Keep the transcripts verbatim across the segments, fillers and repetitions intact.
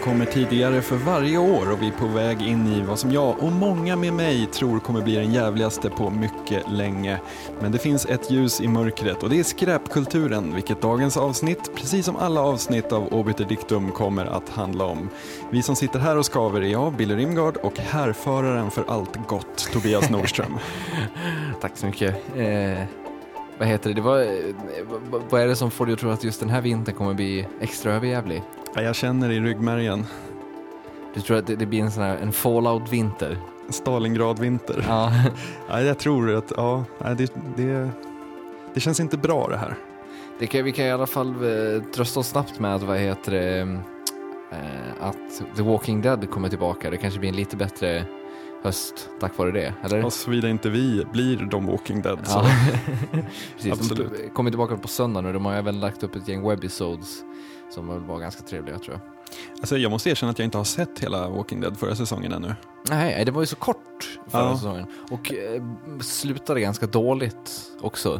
kommer tidigare för varje år och vi är på väg in i vad som jag och många med mig tror kommer bli den jävligaste på mycket länge. Men det finns ett ljus i mörkret och det är skräpkulturen, vilket dagens avsnitt, precis som alla avsnitt av Obiter Dictum, kommer att handla om. Vi som sitter här och skaver är jag, Billy Rimgard, och härföraren för allt gott, Tobias Nordström. Tack så mycket. Eh... Vad heter det? Det var, vad är det som får dig att tro att just den här vintern kommer bli extra överjävlig? Ja, jag känner i ryggmärgen. Du tror att det, det blir en sån här en Fallout-vinter? Stalingrad-vinter. Ja. Ja, jag tror att ja, det, det, det känns inte bra det här. Det kan, vi kan i alla fall eh, trösta oss snabbt med att, vad heter det, eh, att The Walking Dead kommer tillbaka. Det kanske blir en lite bättre höst tack vare det, eller? Och såvida inte vi blir de Walking Dead. Så. Ja. Precis, absolut. De kommer tillbaka på söndag nu. De har även lagt upp ett gäng webisodes som väl var ganska trevliga, tror jag. Alltså, jag måste erkänna att jag inte har sett hela Walking Dead förra säsongen ännu. Nej, det var ju så kort förra ja. säsongen. Och eh, slutade ganska dåligt också.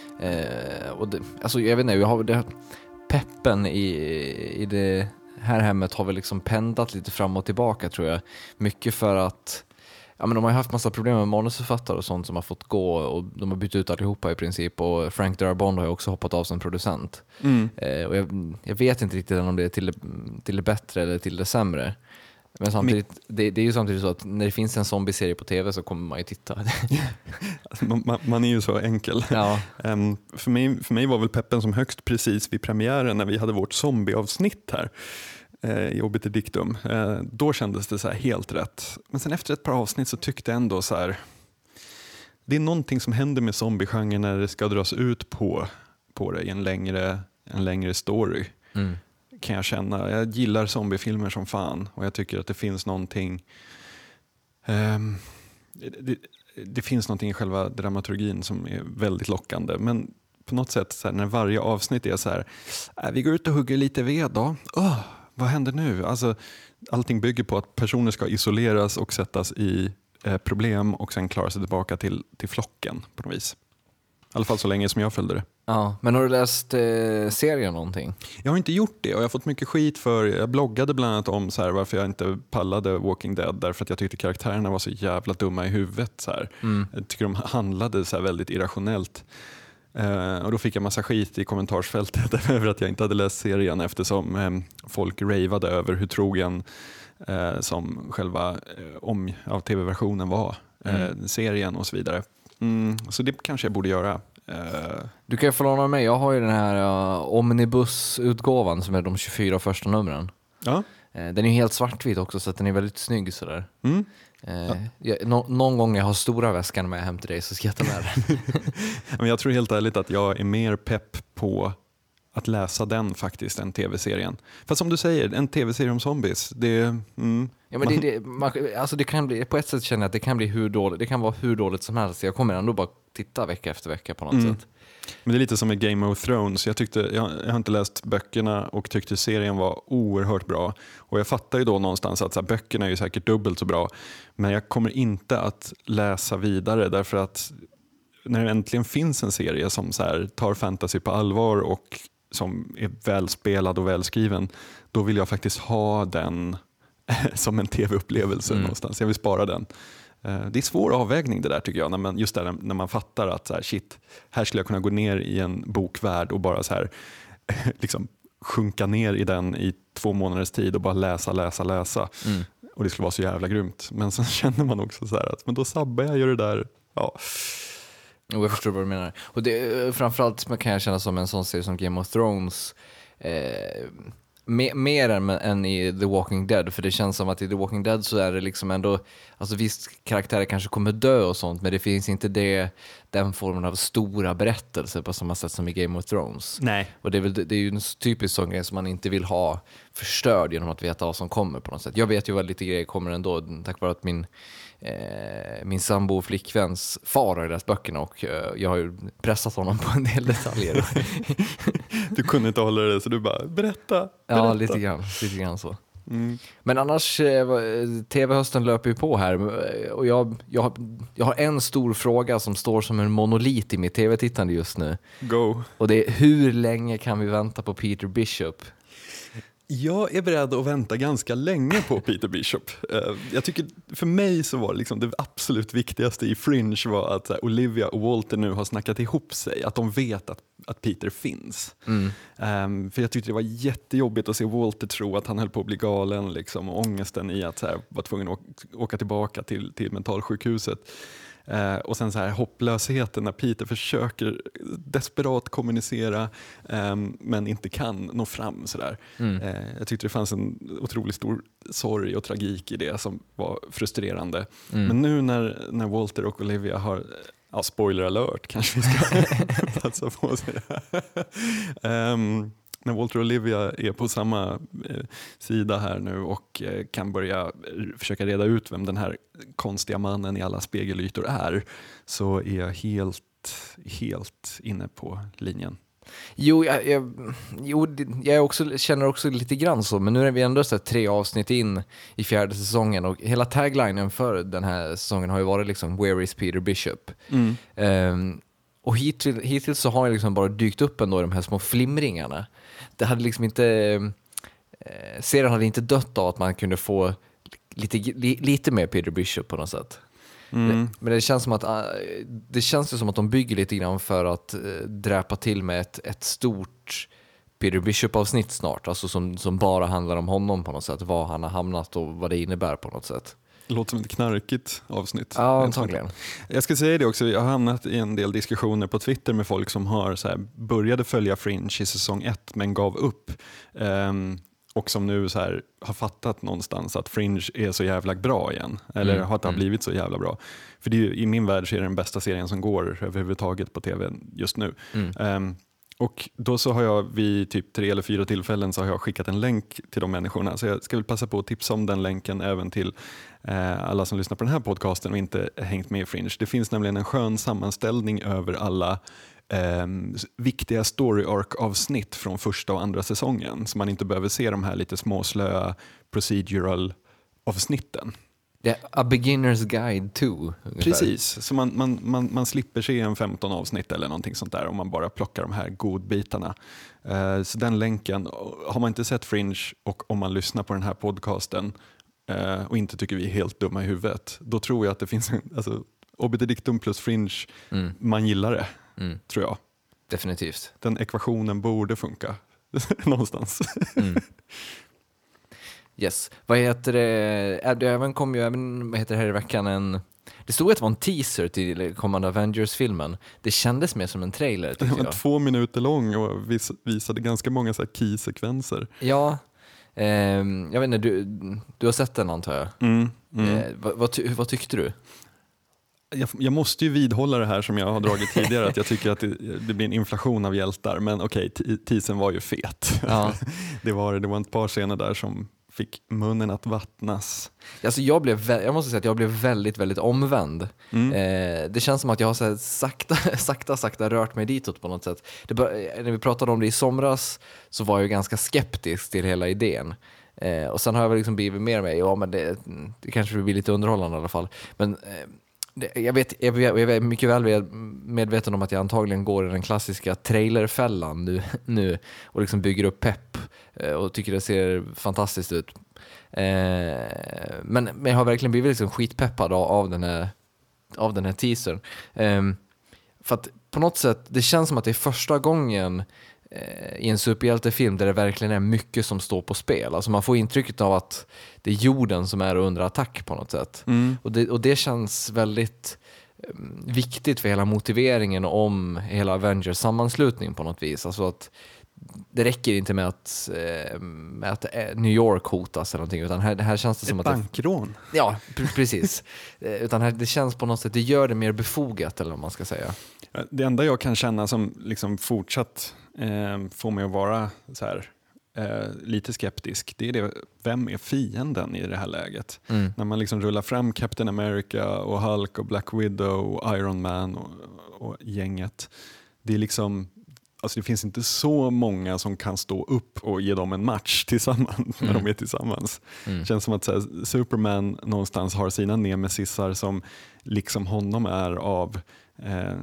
Eh, och det, alltså, jag vet inte, jag har det, peppen i, i det här hemmet har väl liksom pendlat lite fram och tillbaka, tror jag. Mycket för att ja, men de har ju haft massa problem med manusförfattare och sånt som har fått gå, och de har bytt ut allihopa i princip, och Frank Darabont har ju också hoppat av som producent. Mm. Eh, och jag, jag vet inte riktigt om det är till det, till det bättre eller till det sämre. Men samtidigt, men, det, det är ju samtidigt så att när det finns en zombie-serie på tv så kommer man ju titta. Alltså, man, man är ju så enkel. Ja. Um, för, mig, för mig var väl peppen som högst precis vid premiären när vi hade vårt zombie-avsnitt här i Obiter Dictum. Eh, då kändes det så här helt rätt. Men sen efter ett par avsnitt så tyckte jag ändå så här, det är någonting som händer med zombie-genren när det ska dras ut på, på det i en längre, en längre story. Mm. Kan jag känna. Jag gillar zombiefilmer som fan, och jag tycker att det finns någonting um, det, det finns någonting i själva dramaturgin som är väldigt lockande. Men på något sätt så här, när varje avsnitt är så här, äh, vi går ut och hugger lite ved då. Åh, vad händer nu? Alltså, allting bygger på att personer ska isoleras och sättas i eh, problem och sen klara sig tillbaka till, till flocken på något vis. I alla fall så länge som jag följde det. Ja, men har du läst eh, serien någonting? Jag har inte gjort det, och jag har fått mycket skit för, jag bloggade bland annat om så här, varför jag inte pallade Walking Dead, därför att jag tyckte karaktärerna var så jävla dumma i huvudet. Så här. Mm. Jag tycker de handlade så här väldigt irrationellt. Uh, och då fick jag massa skit i kommentarsfältet över att jag inte hade läst serien, eftersom um, folk ravade över hur trogen uh, som själva uh, om, av tv-versionen var, uh, mm. serien och så vidare. Mm, så det kanske jag borde göra. Uh, du kan ju få låna mig, jag har ju den här uh, omnibus-utgåvan som är de tjugofyra första numren. Ja. Uh, den är ju helt svartvit också, så att den är väldigt snygg sådär. Mm. Eh, ja. jag, no, någon gång jag har stora väskan med hem till dig så ska jag ta med den. Men jag tror helt ärligt att jag är mer pepp på att läsa den faktiskt än tv-serien. Fast som du säger, en tv-serie om zombies, det, mm, ja, men det, det, man, alltså det kan bli, på ett sätt känner jag att det kan bli hur dåligt, det kan vara hur dåligt som helst. Jag kommer ändå bara titta vecka efter vecka på något mm. sätt. Men det är lite som med Game of Thrones. Jag, tyckte, jag, jag har inte läst böckerna och tyckte serien var oerhört bra. Och jag fattar ju då någonstans att så här, böckerna är ju säkert dubbelt så bra. Men jag kommer inte att läsa vidare, därför att när det äntligen finns en serie som så här, tar fantasy på allvar och som är välspelad och välskriven, då vill jag faktiskt ha den som en tv-upplevelse mm. någonstans. Jag vill spara den. Det är svår avvägning det där, tycker jag, när man, just där, när man fattar att så här, shit, här skulle jag kunna gå ner i en bokvärld och bara så här, liksom sjunka ner i den i två månaders tid och bara läsa, läsa, läsa. Mm. Och det skulle vara så jävla grymt. Men sen känner man också så här att men då sabbar jag, gör det där. Ja. Jag förstår vad du menar. Och det, framförallt kan jag känna som en sån serie som Game of Thrones, eh, mer, mer än, än i The Walking Dead, för det känns som att i The Walking Dead så är det liksom ändå, alltså visst, karaktärer kanske kommer dö och sånt, men det finns inte det, den formen av stora berättelser på samma sätt som i Game of Thrones. Nej. Och det är, väl, det är ju en typisk sån grej som man inte vill ha förstörd genom att veta vad som kommer på något sätt. Jag vet ju vad lite grejer kommer ändå, tack vare att min eh, min sambo och flickväns far har läst böckerna, och eh, jag har ju pressat honom på en del detaljer. Du kunde inte hålla det, så du bara, berätta, berätta. Ja, lite grann, lite grann så. Mm. Men annars, tv-hösten löper ju på här, och jag, jag, jag har en stor fråga som står som en monolit i mitt tv-tittande just nu. Go. Och det är, hur länge kan vi vänta på Peter Bishop? Jag är beredd att vänta ganska länge på Peter Bishop. Jag tycker, för mig så var det, liksom det absolut viktigaste i Fringe var att Olivia och Walter nu har snackat ihop sig. Att de vet att, att Peter finns. Mm. Um, för jag tyckte det var jättejobbigt att se Walter tro att han höll på att bli galen. Liksom, och ångesten i att så här, vara tvungen att åka tillbaka till, till mentalsjukhuset. Uh, och sen så här hopplösheten när Peter försöker desperat kommunicera um, men inte kan nå fram så där. Mm. Uh, jag tyckte det fanns en otroligt stor sorg och tragik i det som var frustrerande. Mm. Men nu när, när Walter och Olivia har, ja, spoiler alert kanske vi ska passa på att säga. um, när Walter och Olivia är på samma eh, sida här nu och eh, kan börja försöka reda ut vem den här konstiga mannen i alla spegelytor är, så är jag helt, helt inne på linjen. Jo, jag, jag, jo, jag också, känner också lite grann så, men nu är vi ändå så här tre avsnitt in i fjärde säsongen och hela taglinen för den här säsongen har ju varit liksom “Where is Peter Bishop?” Mm. Um, och hittills, hittills så har jag liksom bara dykt upp ändå de här små flimringarna. Det hade liksom inte eh, serien hade inte dött av att man kunde få lite, li, lite mer Peter Bishop på något sätt. Mm. Det, men det känns som att uh, det känns som att de bygger lite grann för att uh, dräpa till med ett, ett stort Peter Bishop-avsnitt snart, alltså som, som bara handlar om honom på något sätt, var han har hamnat och vad det innebär på något sätt. Det låter som ett knarkigt avsnitt. Ja, antagligen. Jag ska säga det också, jag har hamnat i en del diskussioner på Twitter med folk som har så här, började följa Fringe i säsong ett men gav upp. Um, och som nu så här, har fattat någonstans att Fringe är så jävla bra igen. Eller mm. att det har blivit så jävla bra. För det är ju, i min värld så är det den bästa serien som går överhuvudtaget på tv just nu. Mm. Um, Och då så har jag vid typ tre eller fyra tillfällen så har jag skickat en länk till de människorna. Så jag ska väl passa på att tipsa om den länken även till eh, alla som lyssnar på den här podcasten och inte hängt med i Fringe. Det finns nämligen en skön sammanställning över alla eh, viktiga story arc-avsnitt från första och andra säsongen. Så man inte behöver se de här lite småslöa procedural-avsnitten. Yeah, a beginner's guide too. Ungefär. Precis, så man, man, man, man slipper se en femton avsnitt eller någonting sånt där om man bara plockar de här godbitarna. Uh, så den länken, har man inte sett Fringe och om man lyssnar på den här podcasten uh, och inte tycker vi är helt dumma i huvudet, då tror jag att det finns en, alltså, Obiter Dictum plus Fringe, mm. man gillar det, mm. tror jag. Definitivt. Den ekvationen borde funka någonstans. Mm. Yes. Vad heter det? Det även kom ju även, vad heter det här i veckan, en det stod att det var en teaser till kommande Avengers-filmen. Det kändes mer som en trailer. Det var jag. två minuter lång och vis, visade ganska många så här key-sekvenser. Ja, eh, jag vet inte, du, du har sett den antar jag. Mm, mm. Eh, vad, vad, ty, vad tyckte du? Jag, jag måste ju vidhålla det här som jag har dragit tidigare, att jag tycker att det, det blir en inflation av hjältar. Men okej, okay, teasern var ju fet. Ja. det, var, det var ett par scener där som fick munnen att vattnas. Alltså jag, blev, jag måste säga att jag blev väldigt, väldigt omvänd. Mm. Eh, det känns som att jag har så här sakta, sakta, sakta rört mig ditåt på något sätt. Det bör, när vi pratade om det i somras så var jag ganska skeptisk till hela idén. Eh, och sen har jag väl liksom blivit mer med, ja men det, det kanske blir lite underhållande i alla fall. Men eh, det, jag, vet, jag, vet, jag är mycket väl medveten om att jag antagligen går i den klassiska trailerfällan nu, nu och liksom bygger upp pepp och tycker det ser fantastiskt ut. Eh, men, men jag har verkligen blivit liksom skitpeppad av, av, den här, av den här teasern. Eh, för att på något sätt, det känns som att det är första gången eh, i en superhjältefilm där det verkligen är mycket som står på spel. Alltså man får intrycket av att det är jorden som är under attack på något sätt. Mm. Och, det, och det känns väldigt eh, viktigt för hela motiveringen om hela Avengers sammanslutning på något vis. Alltså att det räcker inte med att, med att New York hotas eller någonting, utan här, här känns det som ett att bankrån. Det, ja, precis. Utan här, det känns på något sätt, det gör det mer befogat eller vad man ska säga. Det enda jag kan känna som liksom fortsatt eh, får mig att vara så här, eh, lite skeptisk, det är det, vem är fienden i det här läget? Mm. När man liksom rullar fram Captain America och Hulk och Black Widow och Iron Man och, och gänget. Det är liksom, alltså det finns inte så många som kan stå upp och ge dem en match tillsammans när mm. de är tillsammans. Mm. Det känns som att så här, Superman någonstans har sina nemesisar som liksom honom är av eh,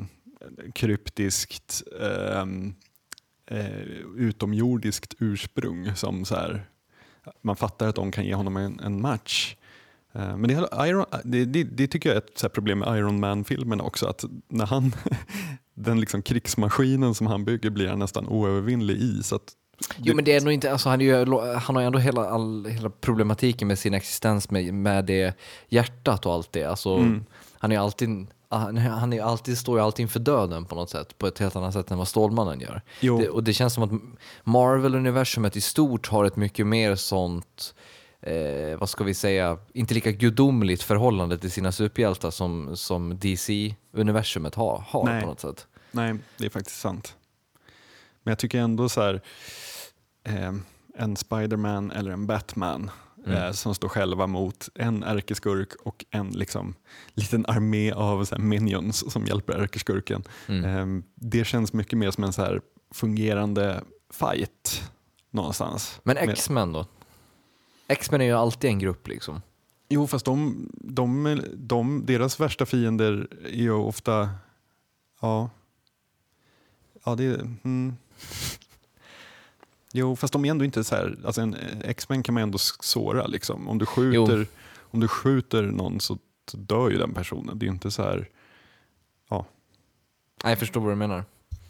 kryptiskt eh, eh, utomjordiskt ursprung som så här, man fattar att de kan ge honom en, en match. Uh, men det, Iron, det, det, det tycker jag är ett så här problem med Iron Man-filmerna också, att när han den liksom krigsmaskinen som han bygger blir han nästan oövervinnlig i. Så att Jo, men det är nog inte, alltså han, är ju, han har ju ändå hela, all, hela problematiken med sin existens med, med det hjärtat och allt det. Alltså, mm. Han är ju alltid, han, han är alltid, står ju alltid inför döden på något sätt, på ett helt annat sätt än vad Stålmannen gör. Det, och det känns som att Marvel-universumet i stort har ett mycket mer sånt, eh, vad ska vi säga, inte lika gudomligt förhållande till sina superhjältar som, som D C-universumet har, har Nej. på något sätt. Nej, det är faktiskt sant. Men jag tycker ändå så här, eh, en Spider-Man eller en Batman mm. eh, som står själva mot en ärkeskurk och en liksom liten armé av så här minions som hjälper ärkeskurken. Mm. Eh, det känns mycket mer som en så här fungerande fight någonstans. Men X-Men då? X-Men är ju alltid en grupp liksom. Jo, fast de, de, de, deras värsta fiender är ju ofta, ja, ja det är, mm. Jo, fast de är ändå inte så här, alltså en X-Men kan man ändå såra liksom. Om du skjuter, om du skjuter någon så, så dör ju den personen. Det är ju inte så här, ja. Nej, jag förstår vad du menar.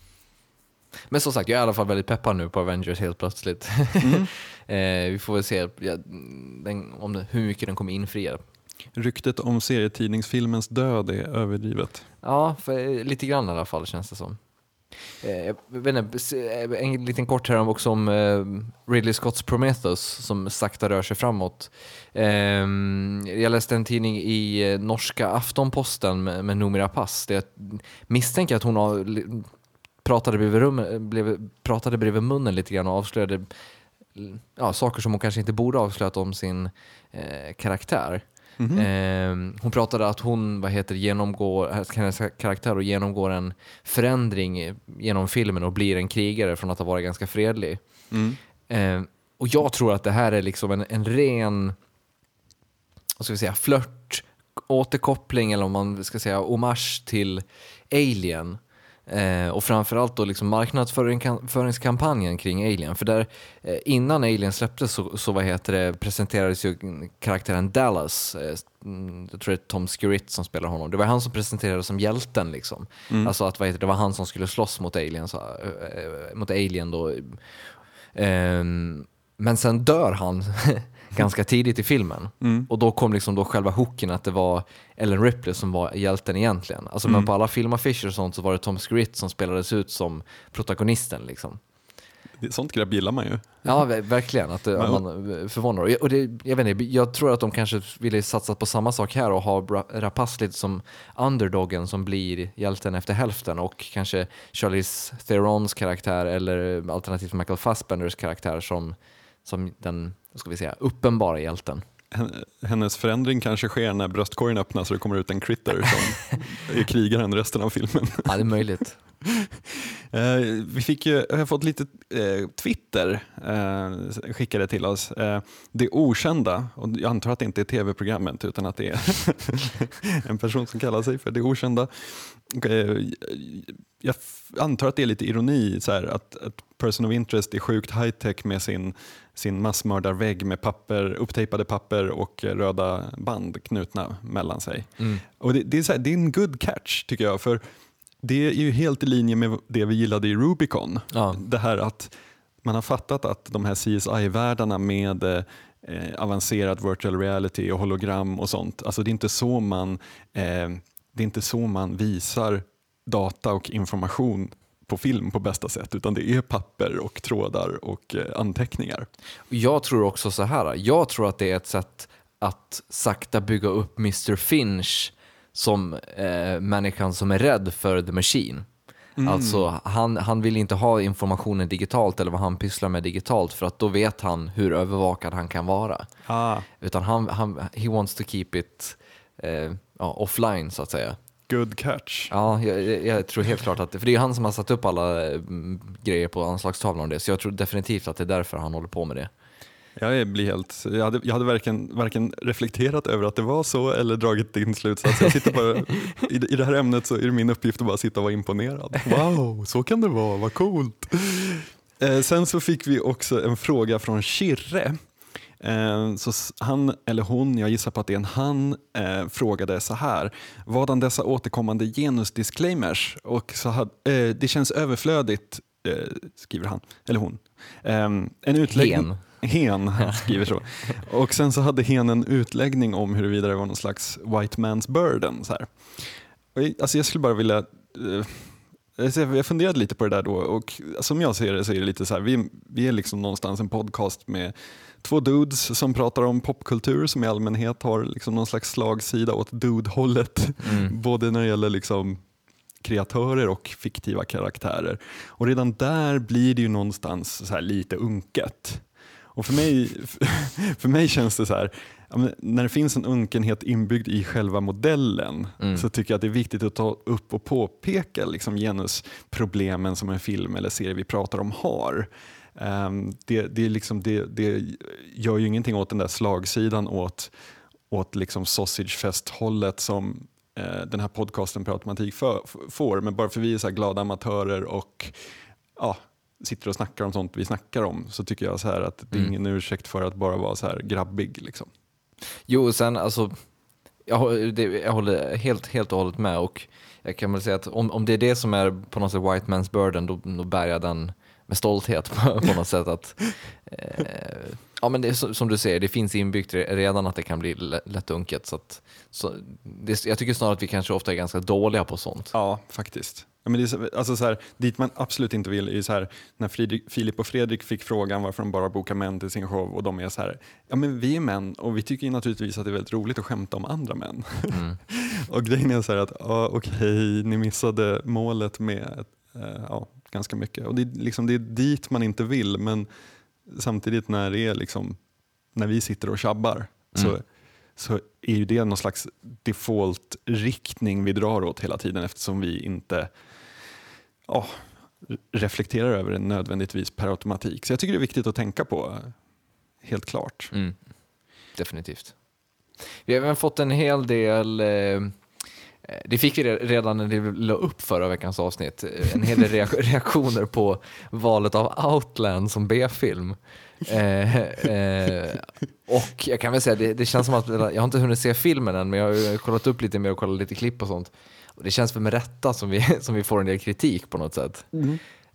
Men som sagt, jag är i alla fall väldigt peppad nu på Avengers helt plötsligt. Mm. eh, vi får väl se ja, den, om det, hur mycket den kommer infria. Ryktet om serietidningsfilmens död är överdrivet. Ja, för, lite grann i alla fall känns det som. Eh, en liten kort här också om eh, Ridley Scotts Prometheus som sakta rör sig framåt. Eh, jag läste en tidning i eh, norska Aftonposten med, med Noomi Rapace. Det misstänker att hon har pratade bredvid, rum, blev, pratade bredvid munnen lite grann och avslöjade ja, saker som hon kanske inte borde avslöjat om sin eh, karaktär. Mm-hmm. Eh, hon pratade att hon vad heter, genomgår, hennes karaktär och genomgår en förändring genom filmen och blir en krigare från att ha varit ganska fredlig. Mm. Eh, och jag tror att det här är liksom en, en ren vad ska vi säga, flört, återkoppling eller om man ska säga hommage till Alien. Eh, och framförallt då liksom marknadsföringskampanjen kring Alien. För där, eh, innan Alien släpptes så, så vad heter det, presenterades ju karaktären Dallas. Eh, jag tror det är Tom Skerritt som spelar honom. Det var han som presenterades som hjälten liksom. Mm. Alltså att vad heter det, det var han som skulle slåss mot Alien, så, eh, mot Alien då. Eh, men sen dör han ganska tidigt i filmen. Mm. Och då kom liksom då själva hooken att det var Ellen Ripley som var hjälten egentligen. Alltså mm. men på alla filmaffischer och sånt så var det Tom Skerritt som spelades ut som protagonisten liksom. Sånt grepp gillar man ju. Ja, verkligen. Att det, man förvånar. Och det, jag vet inte, jag tror att de kanske ville satsa på samma sak här och ha Rapace lite som underdoggen som blir hjälten efter hälften och kanske Charlize Therons karaktär eller alternativt Michael Fassbenders karaktär som, som den, vad ska vi säga, uppenbara hjälten. Hennes förändring kanske sker när bröstkorgen öppnas så det kommer ut en critter som är krigaren resten av filmen. Ja, det är möjligt. Eh, vi fick ju, jag har fått lite eh, Twitter eh, skickade till oss. Eh, det okända, och jag antar att det inte är tv-programmet utan att det är en person som kallar sig för det okända. Eh, jag antar att det är lite ironi så här, att, att Person of Interest är sjukt high-tech med sin, sin massmördarvägg med papper, upptejpade papper och röda band knutna mellan sig. Mm. Och det, det, är så här, det är en good catch tycker jag, för det är ju helt i linje med det vi gillade i Rubicon. Ja. Det här att man har fattat att de här C S I-världarna med eh, avancerad virtual reality och hologram och sånt, alltså det är inte så man, eh, det är inte så man visar data och information på film på bästa sätt, utan det är papper och trådar och eh, anteckningar. Jag tror också så här, jag tror att det är ett sätt att sakta bygga upp mister Finch som eh, människan som är rädd för The Machine. Mm. Alltså han, han vill inte ha informationen digitalt eller vad han pysslar med digitalt för att då vet han hur övervakad han kan vara. Ah. Utan han, han he wants to keep it eh, ja, offline så att säga. Good catch. Ja, jag, jag tror helt klart att, för det är han som har satt upp alla mm, grejer på anslagstavlan och det, så jag tror definitivt att det är därför han håller på med det. Jag blir helt, jag hade, jag hade varken, varken reflekterat över att det var så eller dragit din slutsats. Jag sitter bara, i, I det här ämnet så är det min uppgift att bara sitta och vara imponerad. Wow, så kan det vara, vad coolt. Eh, sen så fick vi också en fråga från Kirre. Eh, så han eller hon, jag gissar på att det är en han, eh, frågade så här: vadan dessa återkommande genusdisclaimers? Och så hade, eh, det känns överflödigt, eh, skriver han eller hon. Eh, en utläggning. Hen. Hen skriver så. Och sen så hade hen en utläggning om huruvida det var någon slags white man's burden. Så här. Och jag, alltså jag skulle bara vilja... Eh, jag funderade lite på det där då, och som jag ser det så är det lite så här, vi, vi är liksom någonstans en podcast med två dudes som pratar om popkultur som i allmänhet har liksom någon slags slagsida åt dude-hållet. Mm. Både när det gäller liksom kreatörer och fiktiva karaktärer. Och redan där blir det ju någonstans så här lite unket. Och för mig, för mig känns det så här, när det finns en unkenhet inbyggd i själva modellen mm. så tycker jag att det är viktigt att ta upp och påpeka liksom genusproblemen som en film eller serie vi pratar om har. Um, det, det, är liksom, det, det gör ju ingenting åt den där slagsidan åt, åt liksom sausagefest-hållet som uh, den här podcasten Per automatik för, får. Men bara för vi är så här glada amatörer och ja, sitter och snackar om sånt vi snackar om, så tycker jag så här att det är ingen mm. ursäkt för att bara vara så här grabbig liksom. Jo, sen alltså jag, det, jag håller helt, helt och hållet med, och jag kan väl säga att om, om det är det som är på något sätt white man's burden, då, då bär jag den med stolthet på, på något sätt att eh, ja, men det är, som du säger, det finns inbyggt redan att det kan bli lätt unket, så att så, det, jag tycker snarare att vi kanske ofta är ganska dåliga på sånt. Ja, faktiskt. Ja, men det är, alltså så här, dit man absolut inte vill är ju så här, när Fredrik, Filip och Fredrik fick frågan varför de bara bokar män till sin show, och de är så här, ja men vi är män och vi tycker naturligtvis att det är väldigt roligt att skämta om andra män. Mm. Och grejen är så här att ja, okej, ni missade målet med äh, ja, ganska mycket. Och det, liksom, det är dit man inte vill, men samtidigt när det är liksom, när vi sitter och tjabbar mm. så så är ju det någon slags default-riktning vi drar åt hela tiden, eftersom vi inte oh, reflekterar över det nödvändigtvis per automatik. Så jag tycker det är viktigt att tänka på, helt klart. Mm. Definitivt. Vi har även fått en hel del, eh, det fick vi redan när vi la upp förra veckans avsnitt, en hel del reaktioner på valet av Outland som B-film. Eh, eh, och jag kan väl säga det, det känns som att jag har inte hunnit se filmen än, men jag har kollat upp lite mer och kollat lite klipp och sånt, och det känns väl med rätta som vi, som vi får en del kritik på något sätt. Mm.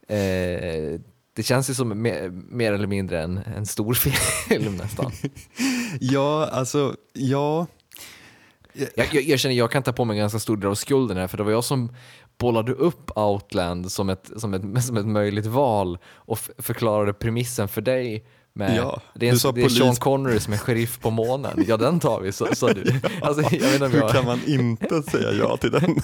eh, det känns ju som mer, mer eller mindre en, en stor film nästan. Ja, alltså ja jag, jag, jag känner jag kan ta på mig en ganska stor del av skulden här, för det var jag som bollade upp Outland som ett, som ett, som ett möjligt val och f- förklarade premissen för dig med, ja, det är, en, det är Sean Connery som är sheriff på månen. Ja, den tar vi, så, så du. Alltså, jag vet inte om jag... Hur kan man inte säga ja till den?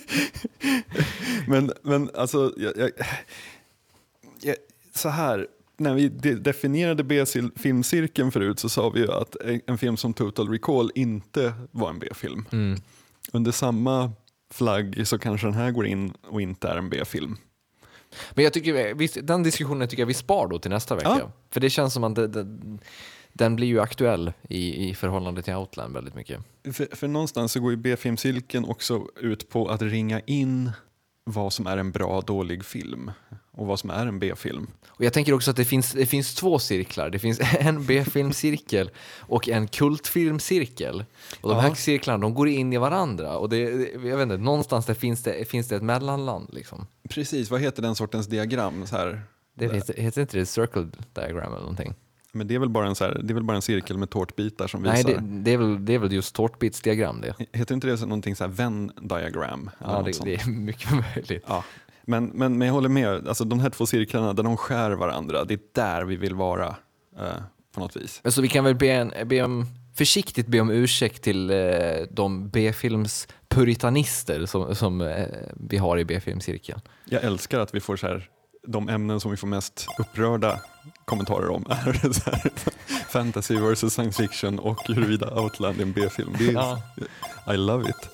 men, men alltså jag, jag, jag, så här, när vi de- definierade B-filmcirkeln förut så sa vi ju att en film som Total Recall inte var en B-film. Mm. Under samma flagg så kanske den här går in och inte är en B-film. Men jag tycker, den diskussionen tycker jag vi spar då till nästa vecka. Ja. För det känns som att det, det, den blir ju aktuell i, i förhållande till Outland väldigt mycket. För, för någonstans så går ju B-filmcirkeln också ut på att ringa in vad som är en bra dålig film och vad som är en B-film. Och jag tänker också att det finns, det finns två cirklar. Det finns en B-filmcirkel och en kultfilmcirkel. Och de här ja. cirklarna, de går in i varandra. Och det, jag vet inte, någonstans där finns det, finns det ett mellanland liksom. Precis, vad heter den sortens diagram? Så här? Det heter, heter inte det circle diagram eller någonting? Men det är väl bara en, så här, det är väl bara en cirkel med tårtbitar som visar... Nej, det, det, är, väl, det är väl just tårtbitsdiagram det. Heter inte det så någonting så här Venn-diagram? Ja, det, det är mycket möjligt. Ja. Men, men, men jag håller med, alltså de här två cirklarna där de skär varandra, det är där vi vill vara eh, på något vis. Så vi kan väl be, en, be om, försiktigt be om ursäkt till eh, de B-filmspuritanister som, som eh, vi har i B-filmcirkeln. Jag älskar att vi får så här, de ämnen som vi får mest upprörda kommentarer om är så här, fantasy versus science fiction och huruvida Outland är en B-film. Det är, ja. I love it.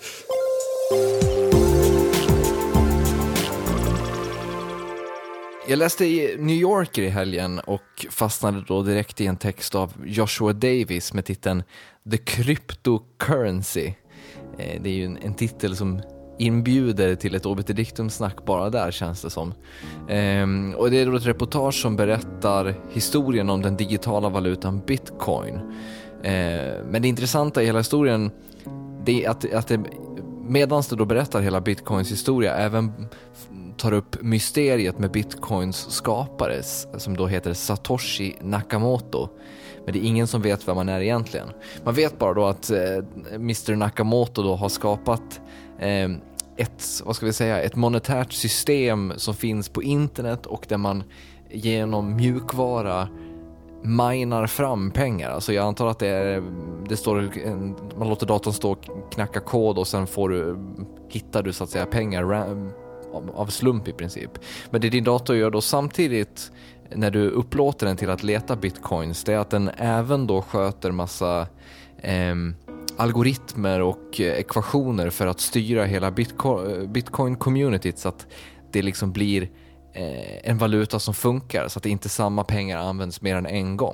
Jag läste i New Yorker i helgen och fastnade då direkt i en text av Joshua Davis med titeln The Cryptocurrency. Det är ju en, en titel som inbjuder till ett obiterdictum-snack bara där, känns det som. Ehm, och det är då ett reportage som berättar historien om den digitala valutan Bitcoin. Ehm, men det intressanta i hela historien, det är att, att det, medans det då berättar hela Bitcoins historia, även tar upp mysteriet med Bitcoins skapare, som då heter Satoshi Nakamoto. Men det är ingen som vet vem man är egentligen. Man vet bara då att eh, mister Nakamoto då har skapat eh, ett, vad ska vi säga, ett monetärt system som finns på internet och där man genom mjukvara minar fram pengar. Alltså jag antar att det är, det står en, man låter datorn stå och knacka kod och sen får du, hittar du så att säga pengar ram, av, av slump i princip. Men det din dator gör då samtidigt när du upplåter den till att leta bitcoins, det är att den även då sköter massa eh, algoritmer och ekvationer för att styra hela bitcoin, bitcoin-communityt så att det liksom blir eh, en valuta som funkar, så att inte samma pengar används mer än en gång.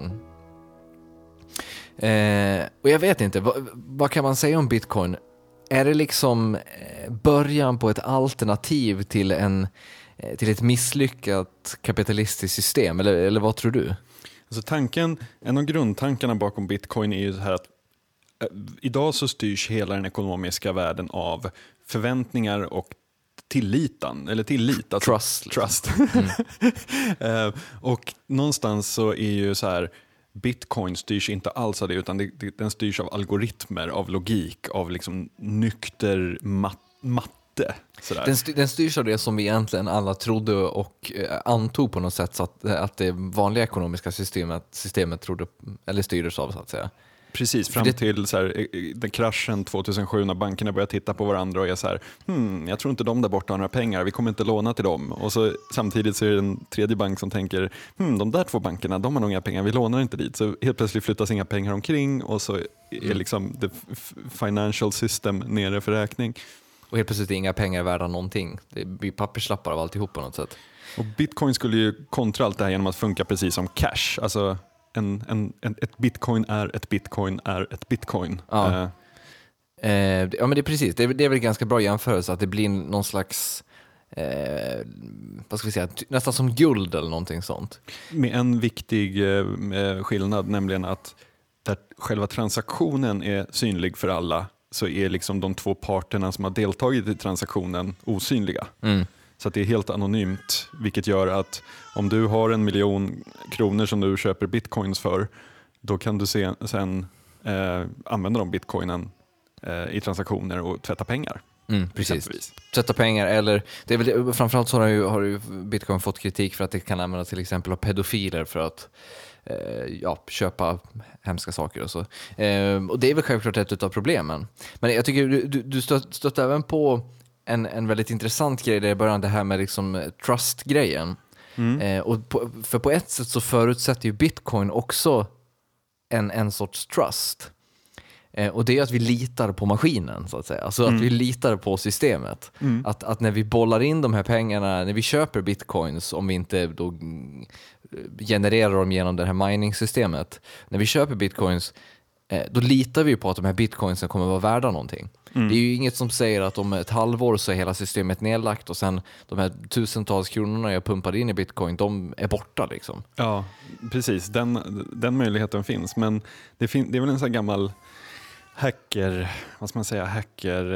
Eh, och jag vet inte, vad, vad kan man säga om bitcoin? Är det liksom början på ett alternativ till en till ett misslyckat kapitalistiskt system, eller, eller vad tror du? Alltså tanken, en av grundtankarna bakom Bitcoin är ju så här att äh, idag så styrs hela den ekonomiska världen av förväntningar och tillitan, eller tillit. Alltså trust. trust. Mm. uh, och någonstans så är ju så här, Bitcoin styrs inte alls av det, utan det, det, den styrs av algoritmer, av logik, av liksom nykter mat, matte. Den, styr, den styrs av det som vi egentligen alla trodde och eh, antog på något sätt, så att, att det vanliga ekonomiska systemet, systemet trodde, eller styrdes av, så att säga. Precis, fram det... till så här, den kraschen tjugohundrasju när bankerna började titta på varandra och är så här, hmm, jag tror inte de där borta har några pengar, vi kommer inte låna till dem. Och så samtidigt så är det en tredje bank som tänker, hmm, de där två bankerna, de har nog inga pengar, vi lånar inte dit. Så helt plötsligt flyttas inga pengar omkring och så är liksom the financial system nere för räkning. Och helt plötsligt är inga pengar värda någonting. Det blir papperslappar av alltihop på något sätt. Och Bitcoin skulle ju kontra allt det här genom att funka precis som cash. Alltså en, en, en, ett bitcoin är ett bitcoin är ett bitcoin. Ja, uh. eh, ja men det är precis. Det är, det är väl ganska bra jämförelse att det blir någon slags eh, vad ska vi säga, nästan som guld eller någonting sånt. Med en viktig eh, skillnad, nämligen att där själva transaktionen är synlig för alla, så är liksom de två parterna som har deltagit i transaktionen osynliga. Mm. Så att det är helt anonymt, vilket gör att om du har en miljon kronor som du köper bitcoins för, då kan du se, sen eh, använda de bitcoinen eh, i transaktioner och tvätta pengar. Mm, precis. Tvätta pengar, eller det är väl, framförallt så har ju, har ju bitcoin fått kritik för att det kan användas till exempel av pedofiler för att ja, köpa hemska saker och så. Eh, och det är väl självklart ett av problemen. Men jag tycker du, du, du stött, stött även på en, en väldigt intressant grej där i början, det här med liksom trust-grejen. Mm. Eh, och på, för på ett sätt så förutsätter ju Bitcoin också en, en sorts trust. Eh, och det är att vi litar på maskinen, så att säga. Alltså mm. att vi litar på systemet. Mm. Att, att när vi bollar in de här pengarna, när vi köper bitcoins, om vi inte då genererar dem genom det här mining-systemet. När vi köper bitcoins, eh, då litar vi på att de här bitcoinsen kommer vara värda någonting. Mm. Det är ju inget som säger att om ett halvår så är hela systemet nedlagt och sen de här tusentals kronorna jag pumpade in i bitcoin, de är borta liksom. Ja, precis. Den, den möjligheten finns. Men det, fin- det är väl en sån här gammal hacker, vad ska man säga, hacker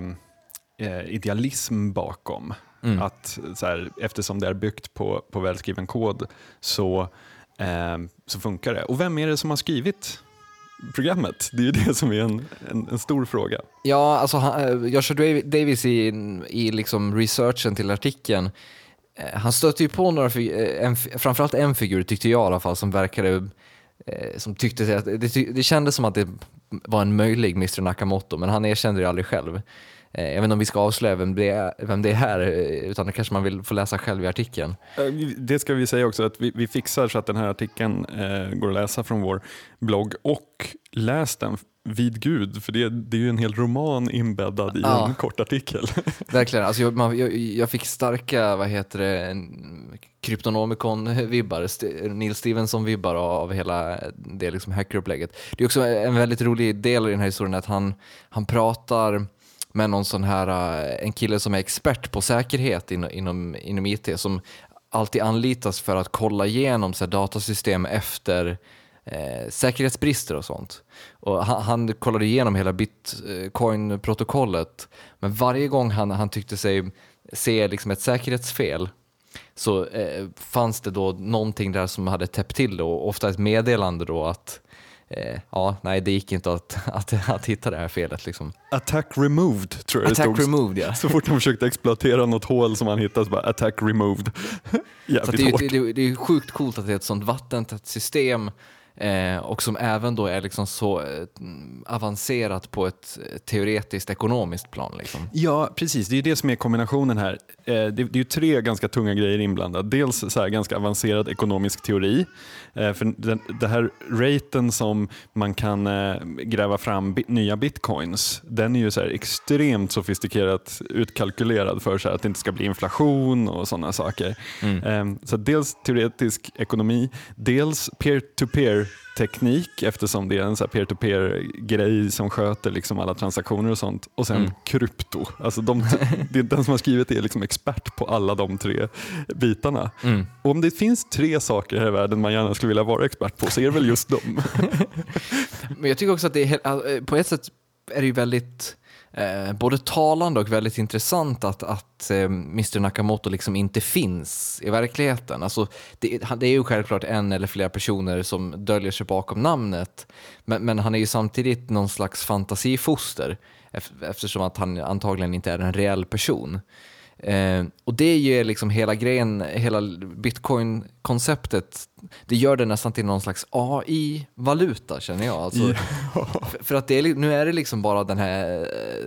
eh, idealism bakom. Mm. Att så här, eftersom det är byggt på, på välskriven kod så, eh, så funkar det. Och vem är det som har skrivit programmet? Det är ju det som är en, en, en stor fråga. Ja, alltså han, Joshua Davis i, i liksom researchen till artikeln, han stötte ju på några, en, framförallt en figur tyckte jag i alla fall, som verkade som tyckte att det, det kändes som att det var en möjlig mister Nakamoto, men han erkände det aldrig själv. Jag vet inte om vi ska avslöja vem det är, vem det är här, utan det kanske man vill få läsa själv i artikeln. Det ska vi säga också, att vi, vi fixar så att den här artikeln eh, går att läsa från vår blogg, och läs den vid Gud, för det, det är ju en hel roman inbäddad i ja. en kort artikel. Verkligen, alltså jag, man, jag, jag fick starka, vad heter det, Kryptonomicon-vibbar, Neil Stevenson-vibbar av hela det liksom hackerupplägget. Det är också en väldigt rolig del i den här historien att han, han pratar med någon sån här, en kille som är expert på säkerhet inom, inom, inom I T, som alltid anlitas för att kolla igenom så här, datasystem efter eh, säkerhetsbrister och sånt. Och han, han kollade igenom hela Bitcoin-protokollet, men varje gång han, han tyckte sig se liksom ett säkerhetsfel, så eh, fanns det då någonting där som hade täppt till det, och ofta ett meddelande då att eh, ja, nej, det gick inte att, att, att hitta det här felet liksom. Attack removed, tror jag Attack det stod. removed, ja. Så fort de försökte exploatera något hål som han hittade, så bara attack removed. Jävligt så det, är, hårt. det, det, det är sjukt coolt att det är ett sånt vattentätt system, eh, och som även då är liksom så eh, avancerat på ett teoretiskt ekonomiskt plan liksom. Ja, precis. Det är det som är kombinationen här. Eh, det, det är ju tre ganska tunga grejer inblandade. Dels så här ganska avancerad ekonomisk teori. Eh, för den, det här raten som man kan eh, gräva fram bit, nya bitcoins, den är ju så här extremt sofistikerat utkalkylerad för så här att det inte ska bli inflation och sådana saker. Mm. Eh, så dels teoretisk ekonomi, dels peer-to-peer teknik, eftersom det är en så här peer-to-peer-grej som sköter liksom alla transaktioner och sånt. Och sen mm. krypto. Alltså de, det, den som har skrivit det är liksom expert på alla de tre bitarna. Mm. Och om det finns tre saker här i världen man gärna skulle vilja vara expert på, så är det väl just dem. Men jag tycker också att det är, på ett sätt är det ju väldigt Eh, både talande och väldigt intressant att, att eh, mister Nakamoto liksom inte finns i verkligheten. Alltså, det, det är ju självklart en eller flera personer som döljer sig bakom namnet, men, men han är ju samtidigt någon slags fantasifoster, eftersom att han antagligen inte är en reell person. Eh, och det är liksom hela grejen, hela Bitcoin-konceptet, det gör det nästan till någon slags A I-valuta, känner jag. Alltså, ja. för, för att det är, nu är det liksom bara den här,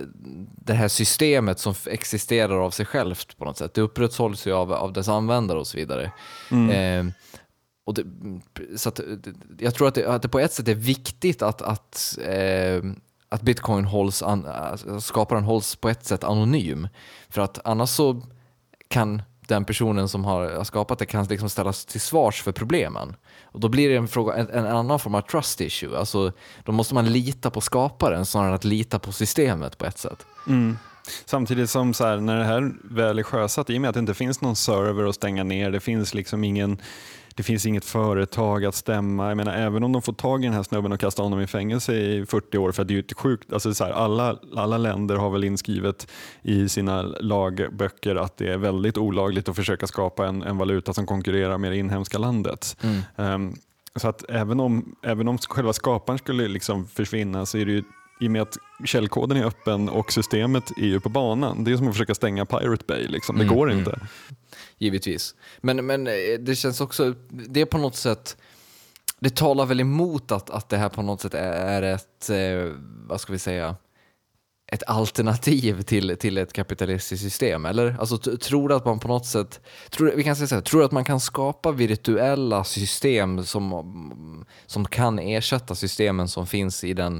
det här systemet som existerar av sig självt på något sätt. Det upprätthålls ju av, av dess användare och så vidare. Mm. Eh, och det, så att, jag tror att det, att det på ett sätt är viktigt att, att eh, att Bitcoin hålls an, skaparen hålls på ett sätt anonym, för att annars så kan den personen som har skapat det kan liksom ställas till svars för problemen, och då blir det en, fråga, en, en annan form av trust issue. Alltså, då måste man lita på skaparen snarare än att lita på systemet på ett sätt. Mm. Samtidigt som så här, när det här väl är sjösatt, i och med att det inte finns någon server att stänga ner, det finns liksom ingen Det finns inget företag att stämma. Jag menar, även om de får tag i den här snubben och kastar honom i fängelse i fyrtio år, för att det är ju inte sjukt. Alltså, så här, alla, alla länder har väl inskrivet i sina lagböcker att det är väldigt olagligt att försöka skapa en, en valuta som konkurrerar med det inhemska landet. Mm. Um, så att även om, även om själva skaparen skulle liksom försvinna, så är det ju, i och med att källkoden är öppen och systemet är ju på banan. Det är som att försöka stänga Pirate Bay. Liksom. Det mm, går inte. Mm. Givetvis. Men, men det känns också, det är på något sätt, det talar väl emot att, att det här på något sätt är ett, eh, vad ska vi säga, ett alternativ till, till ett kapitalistiskt system, eller? Alltså, t- tror du att man på något sätt, tror, vi kan säga så här, tror du att man kan skapa virtuella system som, som kan ersätta systemen som finns i den